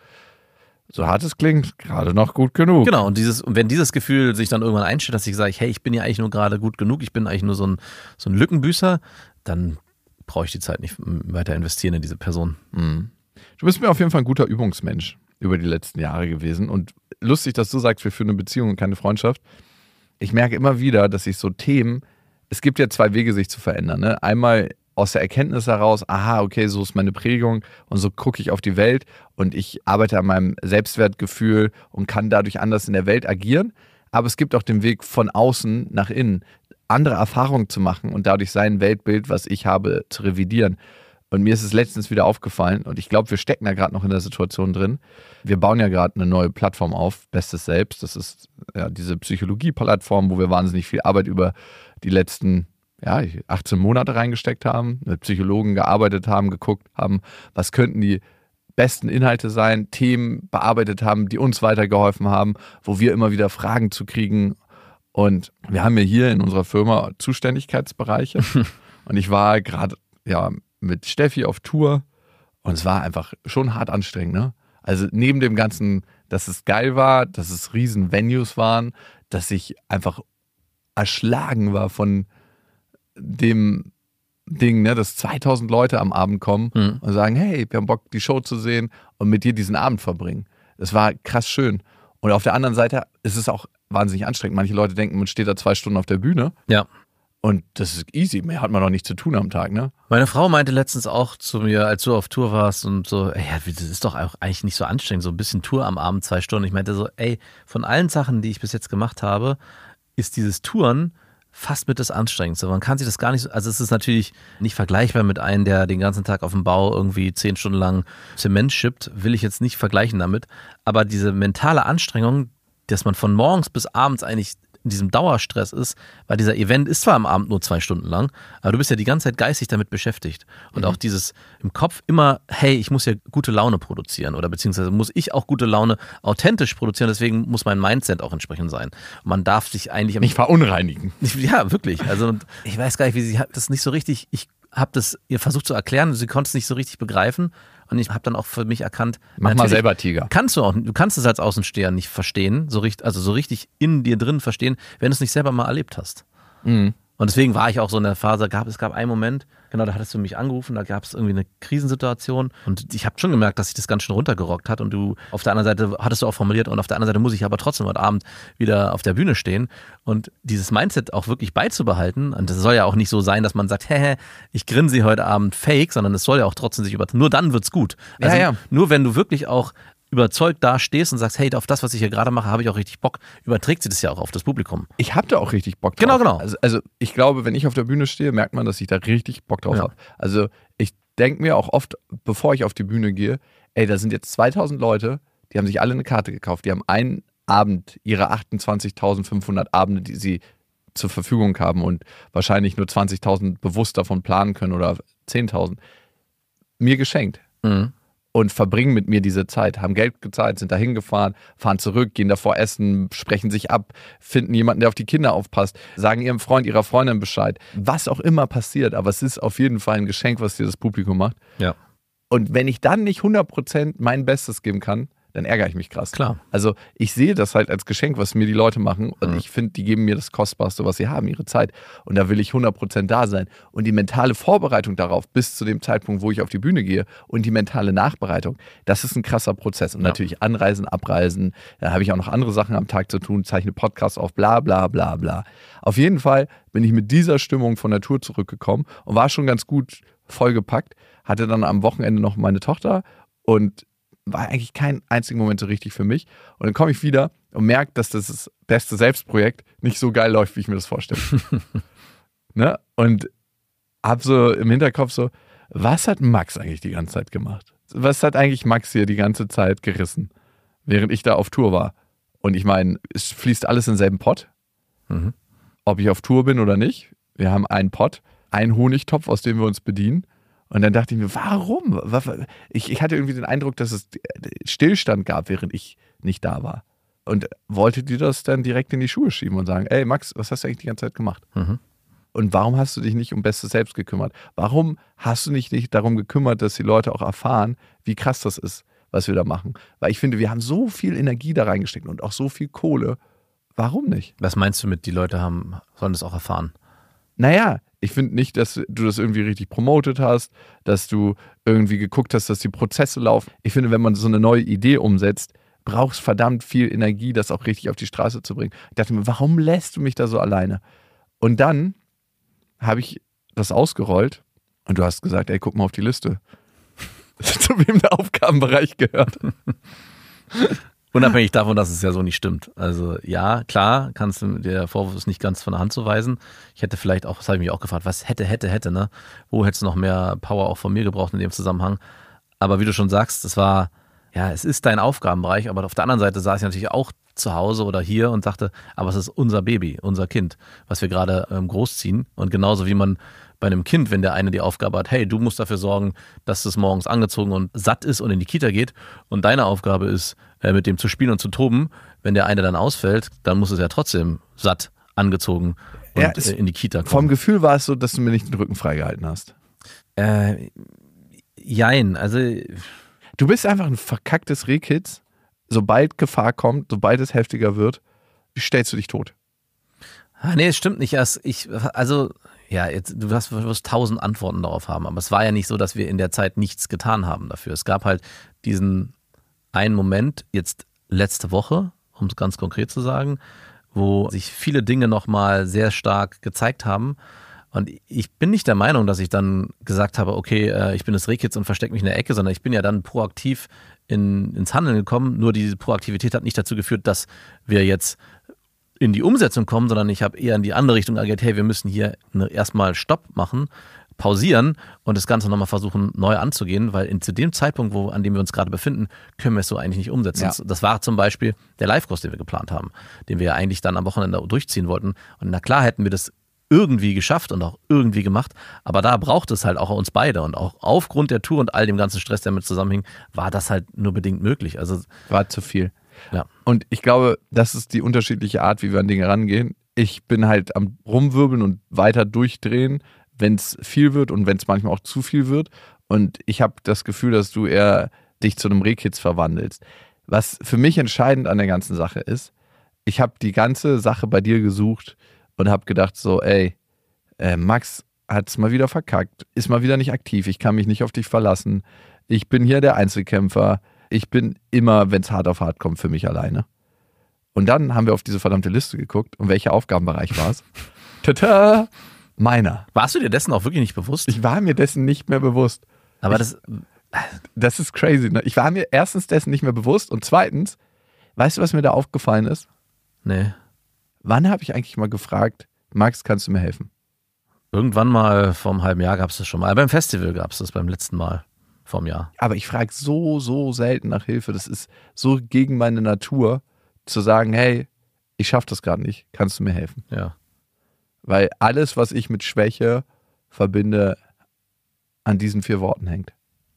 so hart es klingt, gerade noch gut genug. Genau, und dieses, und wenn dieses Gefühl sich dann irgendwann einstellt, dass ich sage, hey, ich bin ja eigentlich nur gerade gut genug, ich bin eigentlich nur so ein, so ein Lückenbüßer, dann brauche ich die Zeit nicht weiter investieren in diese Person. Mhm. Du bist mir auf jeden Fall ein guter Übungsmensch über die letzten Jahre gewesen. Und lustig, dass du sagst, wir führen eine Beziehung und keine Freundschaft. Ich merke immer wieder, dass ich so Themen, es gibt ja zwei Wege, sich zu verändern. Ne? Einmal aus der Erkenntnis heraus, aha, okay, so ist meine Prägung und so gucke ich auf die Welt und ich arbeite an meinem Selbstwertgefühl und kann dadurch anders in der Welt agieren. Aber es gibt auch den Weg von außen nach innen, andere Erfahrungen zu machen und dadurch sein Weltbild, was ich habe, zu revidieren. Und mir ist es letztens wieder aufgefallen und ich glaube, wir stecken da gerade noch in der Situation drin. Wir bauen ja gerade eine neue Plattform auf, Bestes Selbst. Das ist ja diese Psychologie-Plattform, wo wir wahnsinnig viel Arbeit über die letzten ja, achtzehn Monate reingesteckt haben, mit Psychologen gearbeitet haben, geguckt haben, was könnten die besten Inhalte sein, Themen bearbeitet haben, die uns weitergeholfen haben, wo wir immer wieder Fragen zu kriegen. Und wir haben ja hier in unserer Firma Zuständigkeitsbereiche. Und ich war gerade ja, mit Steffi auf Tour und es war einfach schon hart anstrengend. Ne? Also neben dem Ganzen, dass es geil war, dass es riesen Venues waren, dass ich einfach erschlagen war von dem Ding, ne, dass zweitausend Leute am Abend kommen Mhm. und sagen, hey, wir haben Bock, die Show zu sehen und mit dir diesen Abend verbringen. Das war krass schön. Und auf der anderen Seite ist es auch wahnsinnig anstrengend. Manche Leute denken, man steht da zwei Stunden auf der Bühne Ja. und das ist easy. Mehr hat man noch nicht zu tun am Tag, ne? Meine Frau meinte letztens auch zu mir, als du auf Tour warst und so, ey, ja, das ist doch auch eigentlich nicht so anstrengend, so ein bisschen Tour am Abend, zwei Stunden. Ich meinte so, ey, von allen Sachen, die ich bis jetzt gemacht habe, ist dieses Touren fast mit das Anstrengendste. Man kann sich das gar nicht so, also es ist natürlich nicht vergleichbar mit einem, der den ganzen Tag auf dem Bau irgendwie zehn Stunden lang Zement schippt, will ich jetzt nicht vergleichen damit, aber diese mentale Anstrengung, dass man von morgens bis abends eigentlich in diesem Dauerstress ist, weil dieser Event ist zwar am Abend nur zwei Stunden lang, aber du bist ja die ganze Zeit geistig damit beschäftigt. Und Mhm. auch dieses im Kopf immer, hey, ich muss ja gute Laune produzieren oder beziehungsweise muss ich auch gute Laune authentisch produzieren, deswegen muss mein Mindset auch entsprechend sein. Und man darf sich eigentlich am Nicht verunreinigen. ja, wirklich. Also und ich weiß gar nicht, wie sie das nicht so richtig. Ich habe das ihr versucht zu erklären, sie konnte es nicht so richtig begreifen. Und ich habe dann auch für mich erkannt, Mach mal selber Tiger. Kannst du auch, du kannst es als Außensteher nicht verstehen, so richtig, also so richtig in dir drin verstehen, wenn du es nicht selber mal erlebt hast. Mhm. Und deswegen war ich auch so in der Phase, gab, es gab einen Moment, genau, da hattest du mich angerufen, da gab es irgendwie eine Krisensituation und ich habe schon gemerkt, dass sich das ganz schön runtergerockt hat und du auf der anderen Seite, hattest du auch formuliert, und auf der anderen Seite muss ich aber trotzdem heute Abend wieder auf der Bühne stehen und dieses Mindset auch wirklich beizubehalten, und das soll ja auch nicht so sein, dass man sagt, hä, ich grinse heute Abend fake, sondern es soll ja auch trotzdem sich über, nur dann wird's gut. Also ja, ja. Nur wenn du wirklich auch überzeugt da stehst und sagst, hey, auf das, was ich hier gerade mache, habe ich auch richtig Bock, überträgt sie das ja auch auf das Publikum. Ich habe da auch richtig Bock drauf. Genau, genau. Also, also ich glaube, wenn ich auf der Bühne stehe, merkt man, dass ich da richtig Bock drauf Ja. habe. Also ich denke mir auch oft, bevor ich auf die Bühne gehe, ey, da sind jetzt zweitausend Leute, die haben sich alle eine Karte gekauft, die haben einen Abend ihre achtundzwanzigtausendfünfhundert Abende, die sie zur Verfügung haben und wahrscheinlich nur zwanzigtausend bewusst davon planen können oder zehntausend, mir geschenkt. Mhm. Und verbringen mit mir diese Zeit, haben Geld gezahlt, sind da hingefahren, fahren zurück, gehen davor essen, sprechen sich ab, finden jemanden, der auf die Kinder aufpasst, sagen ihrem Freund, ihrer Freundin Bescheid. Was auch immer passiert, aber es ist auf jeden Fall ein Geschenk, was dir das Publikum macht. Ja. Und wenn ich dann nicht hundert Prozent mein Bestes geben kann, dann ärgere ich mich krass. Klar. Also ich sehe das halt als Geschenk, was mir die Leute machen und Mhm. ich finde, die geben mir das Kostbarste, was sie haben, ihre Zeit. Und da will ich hundert Prozent da sein. Und die mentale Vorbereitung darauf bis zu dem Zeitpunkt, wo ich auf die Bühne gehe und die mentale Nachbereitung, das ist ein krasser Prozess. Und Ja. natürlich Anreisen, Abreisen, da habe ich auch noch andere Sachen am Tag zu tun, zeichne Podcasts auf, bla bla bla bla. Auf jeden Fall bin ich mit dieser Stimmung von der Tour zurückgekommen und war schon ganz gut vollgepackt, hatte dann am Wochenende noch meine Tochter und war eigentlich kein einziger Moment so richtig für mich. Und dann komme ich wieder und merke, dass das beste Selbstprojekt nicht so geil läuft, wie ich mir das vorstelle. Ne? Und habe so im Hinterkopf so, was hat Max eigentlich die ganze Zeit gemacht? Was hat eigentlich Max hier die ganze Zeit gerissen, während ich da auf Tour war? Und ich meine, es fließt alles in denselben Pott. Mhm. Ob ich auf Tour bin oder nicht. Wir haben einen Pott, einen Honigtopf, aus dem wir uns bedienen. Und dann dachte ich mir, warum? Ich, ich hatte irgendwie den Eindruck, dass es Stillstand gab, während ich nicht da war. Und wollte dir das dann direkt in die Schuhe schieben und sagen, ey Max, was hast du eigentlich die ganze Zeit gemacht? Mhm. Und warum hast du dich nicht um Bestes selbst gekümmert? Warum hast du dich nicht darum gekümmert, dass die Leute auch erfahren, wie krass das ist, was wir da machen? Weil ich finde, wir haben so viel Energie da reingesteckt und auch so viel Kohle. Warum nicht? Was meinst du mit, die Leute haben, sollen das auch erfahren? Naja, ich finde nicht, dass du das irgendwie richtig promotet hast, dass du irgendwie geguckt hast, dass die Prozesse laufen. Ich finde, wenn man so eine neue Idee umsetzt, braucht es verdammt viel Energie, das auch richtig auf die Straße zu bringen. Ich dachte mir, warum lässt du mich da so alleine? Und dann habe ich das ausgerollt und du hast gesagt, ey, guck mal auf die Liste. Zu wem der Aufgabenbereich gehört. Unabhängig davon, dass es ja so nicht stimmt. Also ja, klar, kannst du, der Vorwurf ist nicht ganz von der Hand zu weisen. Ich hätte vielleicht auch, das habe ich mich auch gefragt, was hätte, hätte, hätte, ne? Wo hättest du noch mehr Power auch von mir gebraucht in dem Zusammenhang? Aber wie du schon sagst, es war, ja, es ist dein Aufgabenbereich, aber auf der anderen Seite saß ich natürlich auch zu Hause oder hier und dachte, aber es ist unser Baby, unser Kind, was wir gerade ähm, großziehen. Und genauso wie man bei einem Kind, wenn der eine die Aufgabe hat, hey, du musst dafür sorgen, dass es morgens angezogen und satt ist und in die Kita geht und deine Aufgabe ist, äh, mit dem zu spielen und zu toben, wenn der eine dann ausfällt, dann muss es ja trotzdem satt, angezogen und Ja, äh, in die Kita kommen. Vom Gefühl war es so, dass du mir nicht den Rücken freigehalten hast. Äh, jein, also Du bist einfach ein verkacktes Rehkitz. Sobald Gefahr kommt, sobald es heftiger wird, stellst du dich tot. ah, nee, es stimmt nicht. erst Ich, also, ja, jetzt, du wirst, du wirst tausend Antworten darauf haben, aber es war ja nicht so, dass wir in der Zeit nichts getan haben dafür. Es gab halt diesen einen Moment, jetzt letzte Woche, um es ganz konkret zu sagen, wo sich viele Dinge nochmal sehr stark gezeigt haben. Und ich bin nicht der Meinung, dass ich dann gesagt habe, okay, äh, ich bin das Rehkitz und verstecke mich in der Ecke, sondern ich bin ja dann proaktiv in, ins Handeln gekommen. Nur diese Proaktivität hat nicht dazu geführt, dass wir jetzt in die Umsetzung kommen, sondern ich habe eher in die andere Richtung agiert, hey, wir müssen hier eine, erstmal Stopp machen, pausieren und das Ganze nochmal versuchen, neu anzugehen, weil in, zu dem Zeitpunkt, wo, an dem wir uns gerade befinden, können wir es so eigentlich nicht umsetzen. Ja. Das war zum Beispiel der Live-Kurs, den wir geplant haben, den wir ja eigentlich dann am Wochenende durchziehen wollten. Und na klar hätten wir das irgendwie geschafft und auch irgendwie gemacht, aber da braucht es halt auch uns beide und auch aufgrund der Tour und all dem ganzen Stress, der mit zusammenhing, war das halt nur bedingt möglich. Also War zu viel. ja. Und ich glaube, das ist die unterschiedliche Art, wie wir an Dinge rangehen. Ich bin halt am Rumwirbeln und weiter durchdrehen, wenn es viel wird und wenn es manchmal auch zu viel wird. Und ich habe das Gefühl, dass du eher dich zu einem Rehkitz verwandelst. Was für mich entscheidend an der ganzen Sache ist, ich habe die ganze Sache bei dir gesucht und habe gedacht so, ey, äh, Max hat es mal wieder verkackt, ist mal wieder nicht aktiv, ich kann mich nicht auf dich verlassen, ich bin hier der Einzelkämpfer, ich bin immer, wenn es hart auf hart kommt, für mich alleine. Und dann haben wir auf diese verdammte Liste geguckt und welcher Aufgabenbereich war es? Tada! Meiner. Warst du dir dessen auch wirklich nicht bewusst? Ich war mir dessen nicht mehr bewusst. Aber ich, das... Das ist crazy, ne? Ich war mir erstens dessen nicht mehr bewusst und zweitens, weißt du, was mir da aufgefallen ist? Nee. Wann habe ich eigentlich mal gefragt, Max, kannst du mir helfen? Irgendwann mal vor einem halben Jahr gab es das schon mal. Beim Festival gab es das beim letzten Mal vor einem Jahr. Aber ich frage so, so selten nach Hilfe. Das ist so gegen meine Natur, zu sagen, hey, ich schaffe das gerade nicht, kannst du mir helfen? Ja. Weil alles, was ich mit Schwäche verbinde, an diesen vier Worten hängt.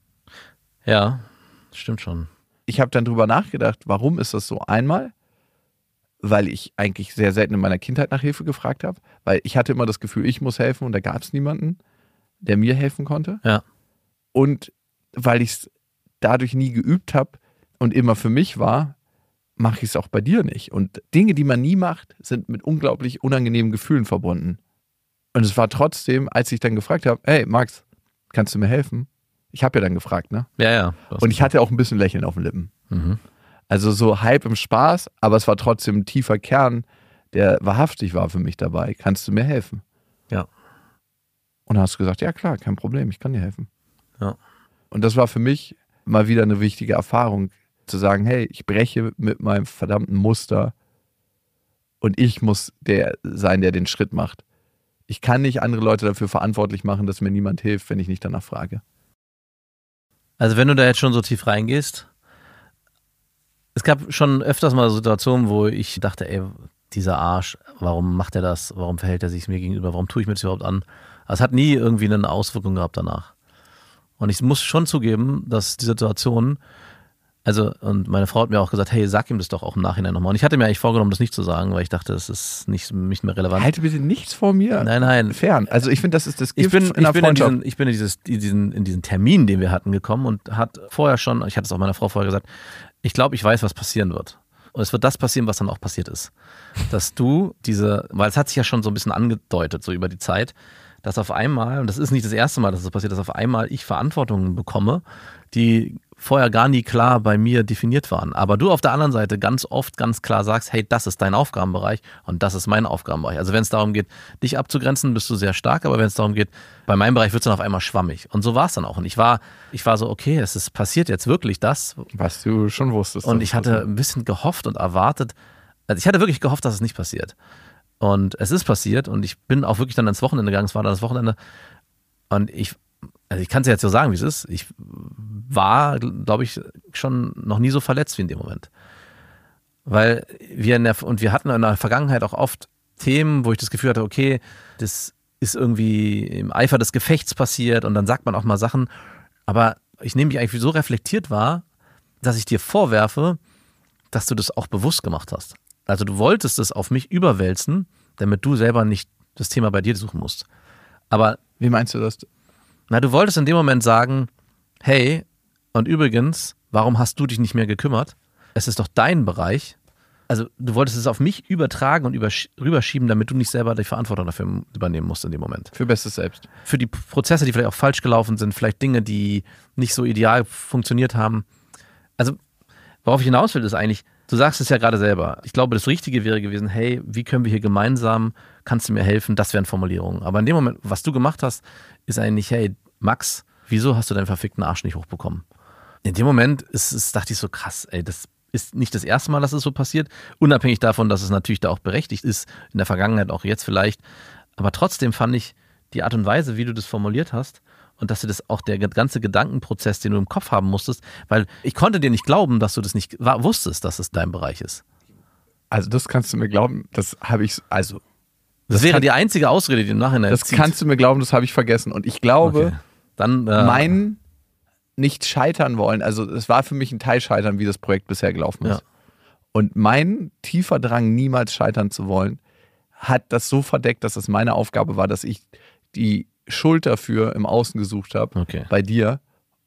Ja, stimmt schon. Ich habe dann drüber nachgedacht, warum ist das so? Einmal, weil ich eigentlich sehr selten in meiner Kindheit nach Hilfe gefragt habe, weil ich hatte immer das Gefühl, ich muss helfen und da gab es niemanden, der mir helfen konnte. Ja. Und weil ich es dadurch nie geübt habe und immer für mich war, mache ich es auch bei dir nicht. Und Dinge, die man nie macht, sind mit unglaublich unangenehmen Gefühlen verbunden. Und es war trotzdem, als ich dann gefragt habe, hey Max, kannst du mir helfen? Ich habe ja dann gefragt, ne? Ja, ja. Und ich hatte auch ein bisschen Lächeln auf den Lippen. Mhm. Also so halb im Spaß, aber es war trotzdem ein tiefer Kern, der wahrhaftig war für mich dabei. Kannst du mir helfen? Ja. Und dann hast du gesagt, ja klar, kein Problem, ich kann dir helfen. Ja. Und das war für mich mal wieder eine wichtige Erfahrung, zu sagen, hey, ich breche mit meinem verdammten Muster und ich muss der sein, der den Schritt macht. Ich kann nicht andere Leute dafür verantwortlich machen, dass mir niemand hilft, wenn ich nicht danach frage. Also wenn du da jetzt schon so tief reingehst, es gab schon öfters mal Situationen, wo ich dachte, ey, dieser Arsch, warum macht er das? Warum verhält er sich mir gegenüber? Warum tue ich mir das überhaupt an? Also es hat nie irgendwie eine Auswirkung gehabt danach. Und ich muss schon zugeben, dass die Situation, also, und meine Frau hat mir auch gesagt, hey, sag ihm das doch auch im Nachhinein nochmal. Und ich hatte mir eigentlich vorgenommen, das nicht zu sagen, weil ich dachte, das ist nicht, nicht mehr relevant. Halte bitte nichts vor mir Nein, nein. fern. Also ich finde, das ist das Gift Ich bin, in der ich bin, in Freundschaft. diesen, ich bin in, dieses, in, diesen, in diesen Termin, den wir hatten, gekommen und hat vorher schon, ich hatte es auch meiner Frau vorher gesagt, ich glaube, ich weiß, was passieren wird. Und es wird das passieren, was dann auch passiert ist. Dass du diese, weil es hat sich ja schon so ein bisschen angedeutet, so über die Zeit, dass auf einmal, und das ist nicht das erste Mal, dass das passiert, dass auf einmal ich Verantwortungen bekomme, die vorher gar nie klar bei mir definiert waren. Aber du auf der anderen Seite ganz oft ganz klar sagst, hey, das ist dein Aufgabenbereich und das ist mein Aufgabenbereich. Also wenn es darum geht, dich abzugrenzen, bist du sehr stark, aber wenn es darum geht, bei meinem Bereich wird es dann auf einmal schwammig. Und so war es dann auch. Und ich war, ich war so, okay, es ist passiert jetzt wirklich das. Was du schon wusstest. Und ich hatte ein bisschen gehofft und erwartet, also ich hatte wirklich gehofft, dass es nicht passiert. Und es ist passiert und ich bin auch wirklich dann ins Wochenende gegangen, es war dann das Wochenende und ich, also ich kann es ja jetzt so sagen, wie es ist, ich war, glaube ich, schon noch nie so verletzt wie in dem Moment. Weil wir in der, und wir hatten in der Vergangenheit auch oft Themen, wo ich das Gefühl hatte, okay, das ist irgendwie im Eifer des Gefechts passiert und dann sagt man auch mal Sachen, aber ich nehme mich eigentlich so reflektiert wahr, dass ich dir vorwerfe, dass du das auch bewusst gemacht hast. Also du wolltest es auf mich überwälzen, damit du selber nicht das Thema bei dir suchen musst. Aber wie meinst du das? Na, du wolltest in dem Moment sagen, hey, und übrigens, warum hast du dich nicht mehr gekümmert? Es ist doch dein Bereich. Also du wolltest es auf mich übertragen und übersch- rüberschieben, damit du nicht selber die Verantwortung dafür übernehmen musst in dem Moment. Für Bestes selbst. Für die Prozesse, die vielleicht auch falsch gelaufen sind, vielleicht Dinge, die nicht so ideal funktioniert haben. Also worauf ich hinaus will, ist eigentlich, du sagst es ja gerade selber. Ich glaube, das Richtige wäre gewesen, hey, wie können wir hier gemeinsam, kannst du mir helfen? Das wären Formulierungen. Aber in dem Moment, was du gemacht hast, ist eigentlich, hey, Max, wieso hast du deinen verfickten Arsch nicht hochbekommen? In dem Moment ist, ist, dachte ich so, krass, ey, das ist nicht das erste Mal, dass es so passiert. Unabhängig davon, dass es natürlich da auch berechtigt ist, in der Vergangenheit auch jetzt vielleicht. Aber trotzdem fand ich die Art und Weise, wie du das formuliert hast, und dass du das auch der ganze Gedankenprozess, den du im Kopf haben musstest, weil ich konnte dir nicht glauben, dass du das nicht war, wusstest, dass es dein Bereich ist. Also das kannst du mir glauben, das habe ich, also. Das, das wäre kann, die einzige Ausrede, die du im Nachhinein Das zieht. kannst du mir glauben, das habe ich vergessen. Und ich glaube, okay. Dann, äh, mein nicht scheitern wollen, also es war für mich ein Teilscheitern, wie das Projekt bisher gelaufen ist. Ja. Und mein tiefer Drang, niemals scheitern zu wollen, hat das so verdeckt, dass es meine Aufgabe war, dass ich die Schuld dafür im Außen gesucht habe, Okay. bei dir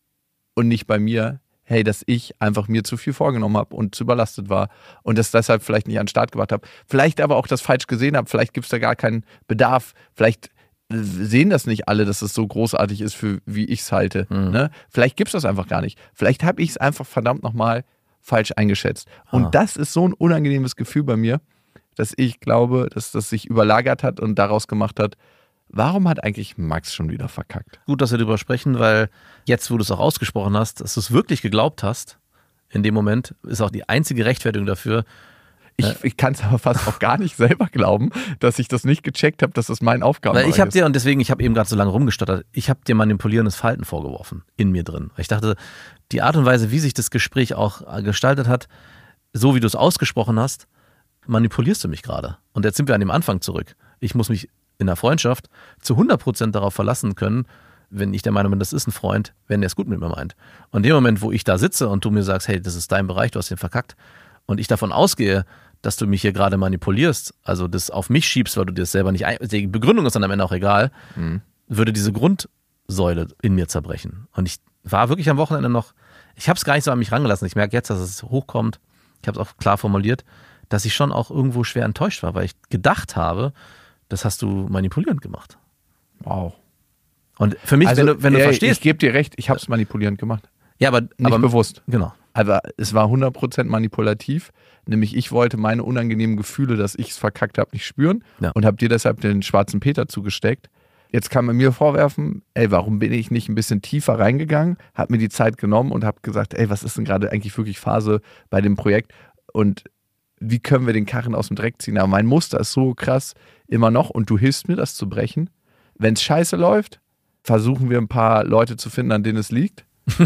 und nicht bei mir, hey, dass ich einfach mir zu viel vorgenommen habe und zu überlastet war und das deshalb vielleicht nicht an den Start gebracht habe. Vielleicht aber auch das falsch gesehen habe, vielleicht gibt es da gar keinen Bedarf, vielleicht sehen das nicht alle, dass es so großartig ist, für wie ich es halte. Mhm. Ne? Vielleicht gibt es das einfach gar nicht. Vielleicht habe ich es einfach verdammt nochmal falsch eingeschätzt. Und Ah. das ist so ein unangenehmes Gefühl bei mir, dass ich glaube, dass das sich überlagert hat und daraus gemacht hat, warum hat eigentlich Max schon wieder verkackt? Gut, dass wir darüber sprechen, weil jetzt, wo du es auch ausgesprochen hast, dass du es wirklich geglaubt hast, in dem Moment, ist auch die einzige Rechtfertigung dafür. Ich, ich kann es aber fast auch gar nicht selber glauben, dass ich das nicht gecheckt habe, dass das mein Aufgabenbereich Weil ich habe ist. dir, und deswegen, ich habe eben gerade so lange rumgestottert, ich habe dir manipulierendes Verhalten vorgeworfen, in mir drin. Weil ich dachte, die Art und Weise, wie sich das Gespräch auch gestaltet hat, so wie du es ausgesprochen hast, manipulierst du mich gerade. Und jetzt sind wir an dem Anfang zurück. Ich muss mich in der Freundschaft zu hundert Prozent darauf verlassen können, wenn ich der Meinung bin, das ist ein Freund, wenn er es gut mit mir meint. Und in dem Moment, wo ich da sitze und du mir sagst, hey, das ist dein Bereich, du hast den verkackt, und ich davon ausgehe, dass du mich hier gerade manipulierst, also das auf mich schiebst, weil du dir das selber nicht ein... Die Begründung ist dann am Ende auch egal, Mhm. würde diese Grundsäule in mir zerbrechen. Und ich war wirklich am Wochenende noch, ich habe es gar nicht so an mich rangelassen. Ich merke jetzt, dass es hochkommt, ich habe es auch klar formuliert, dass ich schon auch irgendwo schwer enttäuscht war, weil ich gedacht habe, das hast du manipulierend gemacht. Wow. Und für mich, Also, wenn du, wenn du ey, verstehst... ich gebe dir recht, ich habe es manipulierend gemacht. ja, aber, Nicht aber bewusst. Genau. Aber es war hundert Prozent manipulativ. Nämlich ich wollte meine unangenehmen Gefühle, dass ich es verkackt habe, nicht spüren. Ja. Und habe dir deshalb den schwarzen Peter zugesteckt. Jetzt kann man mir vorwerfen, ey, warum bin ich nicht ein bisschen tiefer reingegangen, habe mir die Zeit genommen und habe gesagt, ey, was ist denn gerade eigentlich wirklich Phase bei dem Projekt und wie können wir den Karren aus dem Dreck ziehen? Aber mein Muster ist so krass immer noch und du hilfst mir, das zu brechen. Wenn es scheiße läuft, versuchen wir ein paar Leute zu finden, an denen es liegt.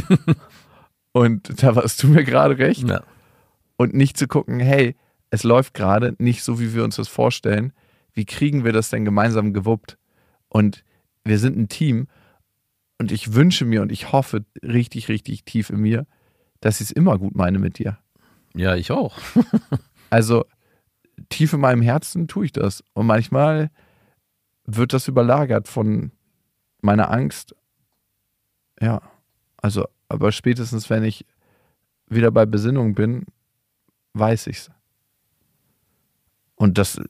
Und da warst du mir gerade recht. Ja. Und nicht zu gucken, hey, es läuft gerade nicht so, wie wir uns das vorstellen. Wie kriegen wir das denn gemeinsam gewuppt? Und wir sind ein Team und ich wünsche mir und ich hoffe richtig, richtig tief in mir, dass ich es immer gut meine mit dir. Ja, ich auch. Also tief in meinem Herzen tue ich das. Und manchmal wird das überlagert von meiner Angst. Ja, also, aber spätestens, wenn ich wieder bei Besinnung bin, weiß ich's. Und das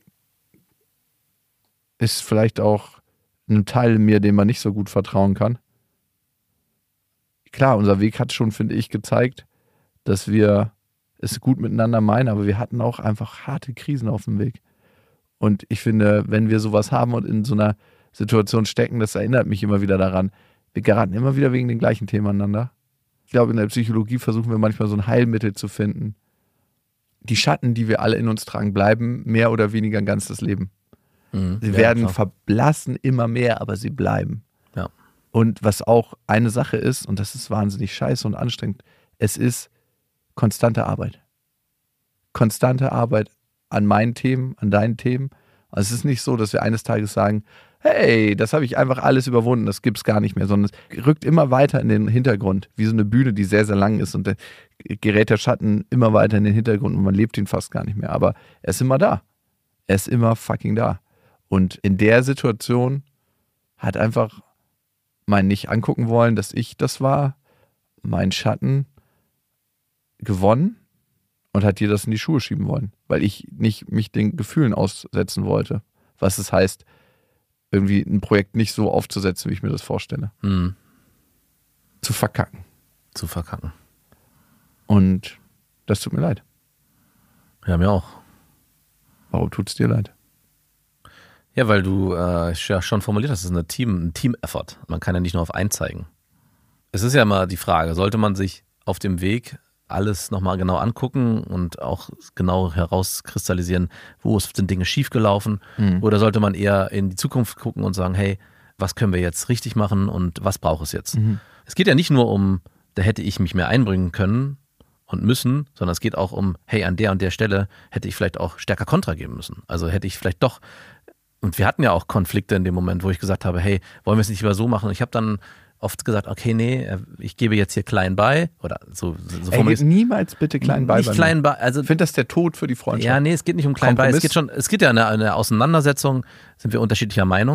ist vielleicht auch ein Teil in mir, dem man nicht so gut vertrauen kann. Klar, unser Weg hat schon, finde ich, gezeigt, dass wir es gut miteinander meinen, aber wir hatten auch einfach harte Krisen auf dem Weg. Und ich finde, wenn wir sowas haben und in so einer Situation stecken, das erinnert mich immer wieder daran, wir geraten immer wieder wegen dem gleichen Thema aneinander. Ich glaube, in der Psychologie versuchen wir manchmal so ein Heilmittel zu finden. Die Schatten, die wir alle in uns tragen, bleiben mehr oder weniger ein ganzes Leben. Mhm. Sie Ja, werden klar. verblassen immer mehr, aber sie bleiben. Ja. Und was auch eine Sache ist, und das ist wahnsinnig scheiße und anstrengend, es ist konstante Arbeit. Konstante Arbeit an meinen Themen, an deinen Themen. Also es ist nicht so, dass wir eines Tages sagen, hey, das habe ich einfach alles überwunden, das gibt es gar nicht mehr, sondern es rückt immer weiter in den Hintergrund, wie so eine Bühne, die sehr, sehr lang ist und da gerät der Schatten immer weiter in den Hintergrund und man lebt ihn fast gar nicht mehr, aber er ist immer da. Er ist immer fucking da. Und in der Situation hat einfach mein nicht angucken wollen, dass ich das war, mein Schatten gewonnen und hat dir das in die Schuhe schieben wollen, weil ich nicht mich den Gefühlen aussetzen wollte. Was es heißt, irgendwie ein Projekt nicht so aufzusetzen, wie ich mir das vorstelle. Mhm. Zu verkacken. Zu verkacken. Und das tut mir leid. Ja, mir auch. Warum tut es dir leid? Ja, weil du äh, ja schon formuliert hast, es ist eine Team, ein Team-Effort. Man kann ja nicht nur auf einen zeigen. Es ist ja immer die Frage, sollte man sich auf dem Weg alles nochmal genau angucken und auch genau herauskristallisieren, wo sind Dinge schiefgelaufen, Mhm. oder sollte man eher in die Zukunft gucken und sagen, hey, was können wir jetzt richtig machen und was braucht es jetzt? Mhm. Es geht ja nicht nur um, da hätte ich mich mehr einbringen können und müssen, sondern es geht auch um, hey, an der und der Stelle hätte ich vielleicht auch stärker Kontra geben müssen. Also hätte ich vielleicht doch, und wir hatten ja auch Konflikte in dem Moment, wo ich gesagt habe, hey, wollen wir es nicht lieber so machen? Und ich habe dann oft gesagt, okay, nee, ich gebe jetzt hier klein bei, oder so, so Ey, formuliert- niemals bitte klein bei. Nicht bei mir. klein bei, also Ich finde das der Tod für die Freundschaft. ja, nee, es geht nicht um klein bei. Es Kompromiss. geht schon, es geht ja in einer, einer Auseinandersetzung, sind wir unterschiedlicher Meinung.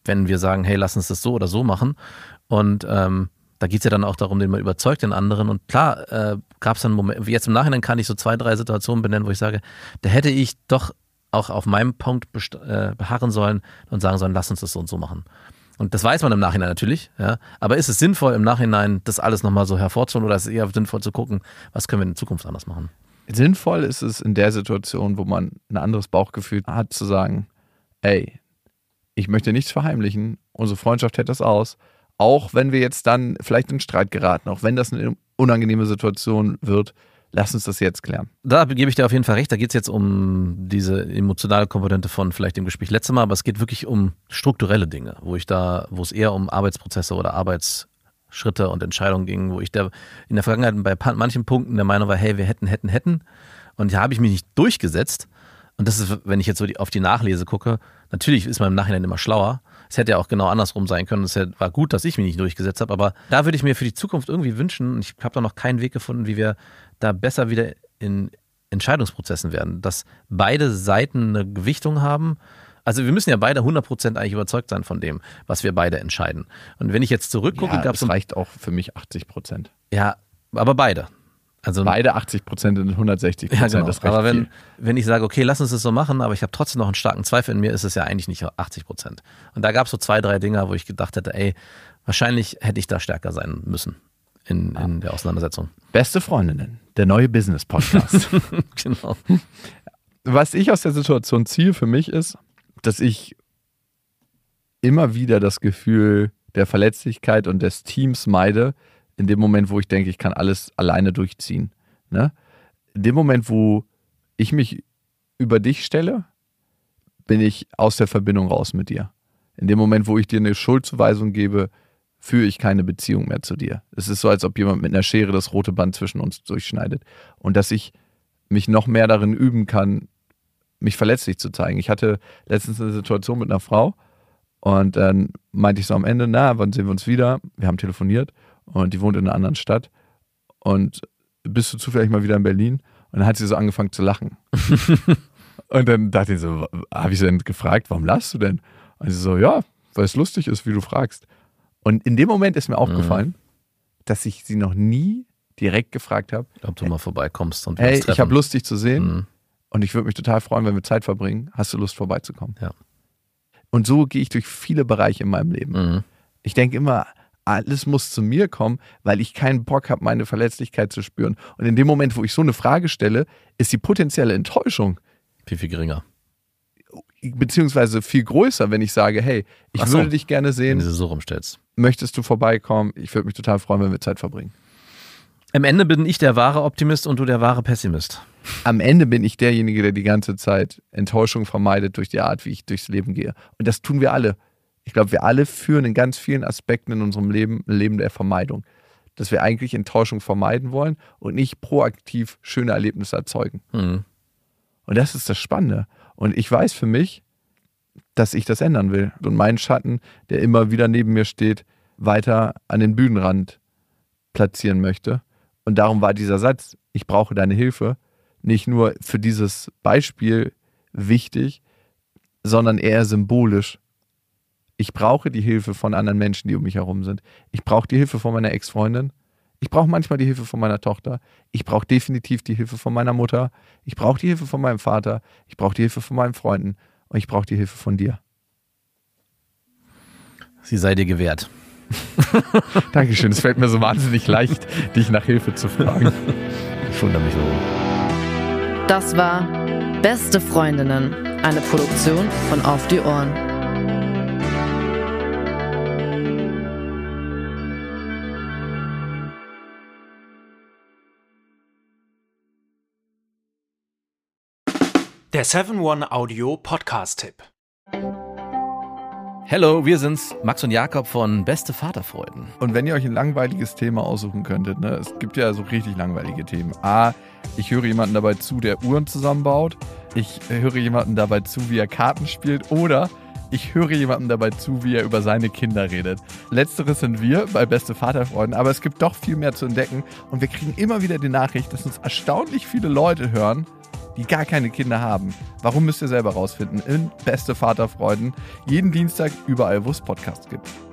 wenn wir sagen, hey, lass uns das so oder so machen. Und ähm, da geht es ja dann auch darum, den man überzeugt den anderen. Und klar, äh, gab es dann Momente, jetzt im Nachhinein kann ich so zwei, drei Situationen benennen, wo ich sage, da hätte ich doch auch auf meinem Punkt best- äh, beharren sollen und sagen sollen, lass uns das so und so machen. Und das weiß man im Nachhinein natürlich, ja. Aber ist es sinnvoll, im Nachhinein das alles nochmal so hervorzuholen oder ist es eher sinnvoll zu gucken, was können wir in Zukunft anders machen? Sinnvoll ist es in der Situation, wo man ein anderes Bauchgefühl hat, zu sagen, ey, ich möchte nichts verheimlichen, unsere Freundschaft hält das aus, auch wenn wir jetzt dann vielleicht in Streit geraten, auch wenn das eine unangenehme Situation wird, lass uns das jetzt klären. Da gebe ich dir auf jeden Fall recht, da geht es jetzt um diese emotionale Komponente von vielleicht dem Gespräch letztes Mal, aber es geht wirklich um strukturelle Dinge, wo ich da, wo es eher um Arbeitsprozesse oder Arbeitsschritte und Entscheidungen ging, wo ich da in der Vergangenheit bei manchen Punkten der Meinung war, hey, wir hätten, hätten, hätten und da habe ich mich nicht durchgesetzt und das ist, wenn ich jetzt so die, auf die Nachlese gucke, natürlich ist man im Nachhinein immer schlauer. Es hätte ja auch genau andersrum sein können. Es war gut, dass ich mich nicht durchgesetzt habe, aber da würde ich mir für die Zukunft irgendwie wünschen, und ich habe da noch keinen Weg gefunden, wie wir da besser wieder in Entscheidungsprozessen werden, dass beide Seiten eine Gewichtung haben. Also wir müssen ja beide hundert Prozent eigentlich überzeugt sein von dem, was wir beide entscheiden. Und wenn ich jetzt zurückgucke, Ja, gab es... das reicht auch für mich achtzig Prozent. Ja, aber beide. Also Beide achtzig Prozent und hundertsechzig Prozent, ja, genau. das reicht aber wenn, viel. wenn ich sage, okay, lass uns das so machen, aber ich habe trotzdem noch einen starken Zweifel in mir, ist es ja eigentlich nicht achtzig Prozent. Und da gab es so zwei, drei Dinger, wo ich gedacht hätte, ey, wahrscheinlich hätte ich da stärker sein müssen in, in der Auseinandersetzung. Beste Freundinnen, der neue Business-Podcast. Genau. Was ich aus der Situation ziehe für mich ist, dass ich immer wieder das Gefühl der Verletzlichkeit und des Teams meide, in dem Moment, wo ich denke, ich kann alles alleine durchziehen. Ne? In dem Moment, wo ich mich über dich stelle, bin ich aus der Verbindung raus mit dir. In dem Moment, wo ich dir eine Schuldzuweisung gebe, führe ich keine Beziehung mehr zu dir. Es ist so, als ob jemand mit einer Schere das rote Band zwischen uns durchschneidet. Und dass ich mich noch mehr darin üben kann, mich verletzlich zu zeigen. Ich hatte letztens eine Situation mit einer Frau und dann meinte ich so am Ende, na, wann sehen wir uns wieder? Wir haben telefoniert und die wohnt in einer anderen Stadt und bist du zufällig mal wieder in Berlin? Und dann hat sie so angefangen zu lachen. Und dann dachte ich so, habe ich sie denn gefragt, warum lachst du denn? Und sie so, ja, weil es lustig ist, wie du fragst. Und in dem Moment ist mir aufgefallen, mhm. dass ich sie noch nie direkt gefragt habe, ob du mal vorbeikommst und wir hey, uns treffen. Ich habe Lust, dich zu sehen Mhm. und ich würde mich total freuen, wenn wir Zeit verbringen. Hast du Lust, vorbeizukommen? Ja. Und so gehe ich durch viele Bereiche in meinem Leben. Mhm. Ich denke immer, alles muss zu mir kommen, weil ich keinen Bock habe, meine Verletzlichkeit zu spüren. Und in dem Moment, wo ich so eine Frage stelle, ist die potenzielle Enttäuschung Viel, viel geringer. beziehungsweise viel größer, wenn ich sage, hey, ich Ach so. würde dich gerne Wenn sehen, du sie so rumstellst. möchtest du vorbeikommen? Ich würde mich total freuen, wenn wir Zeit verbringen. Am Ende bin ich der wahre Optimist und du der wahre Pessimist. Am Ende bin ich derjenige, der die ganze Zeit Enttäuschung vermeidet durch die Art, wie ich durchs Leben gehe. Und das tun wir alle. Ich glaube, wir alle führen in ganz vielen Aspekten in unserem Leben ein Leben der Vermeidung. Dass wir eigentlich Enttäuschung vermeiden wollen und nicht proaktiv schöne Erlebnisse erzeugen. Mhm. Und das ist das Spannende. Und ich weiß für mich, dass ich das ändern will. Und meinen Schatten, der immer wieder neben mir steht, weiter an den Bühnenrand platzieren möchte. Und darum war dieser Satz, ich brauche deine Hilfe, nicht nur für dieses Beispiel wichtig, sondern eher symbolisch. Ich brauche die Hilfe von anderen Menschen, die um mich herum sind. Ich brauche die Hilfe von meiner Ex-Freundin. Ich brauche manchmal die Hilfe von meiner Tochter. Ich brauche definitiv die Hilfe von meiner Mutter. Ich brauche die Hilfe von meinem Vater. Ich brauche die Hilfe von meinen Freunden. Und ich brauche die Hilfe von dir. Sie sei dir gewährt. Dankeschön. Es fällt mir so wahnsinnig leicht, dich nach Hilfe zu fragen. Ich wundere mich so. Das war Beste Freundinnen, eine Produktion von Auf die Ohren. Der seven one Audio Podcast-Tipp. Hello, wir sind's, Max und Jakob von Beste Vaterfreuden. Und wenn ihr euch ein langweiliges Thema aussuchen könntet, ne, es gibt ja so richtig langweilige Themen. A, ich höre jemanden dabei zu, der Uhren zusammenbaut. Ich höre jemanden dabei zu, wie er Karten spielt. Oder ich höre jemanden dabei zu, wie er über seine Kinder redet. Letzteres sind wir bei Beste Vaterfreuden, aber es gibt doch viel mehr zu entdecken. Und wir kriegen immer wieder die Nachricht, dass uns erstaunlich viele Leute hören, die gar keine Kinder haben. Warum müsst ihr selber rausfinden? In Beste Vaterfreuden. Jeden Dienstag überall, wo es Podcasts gibt.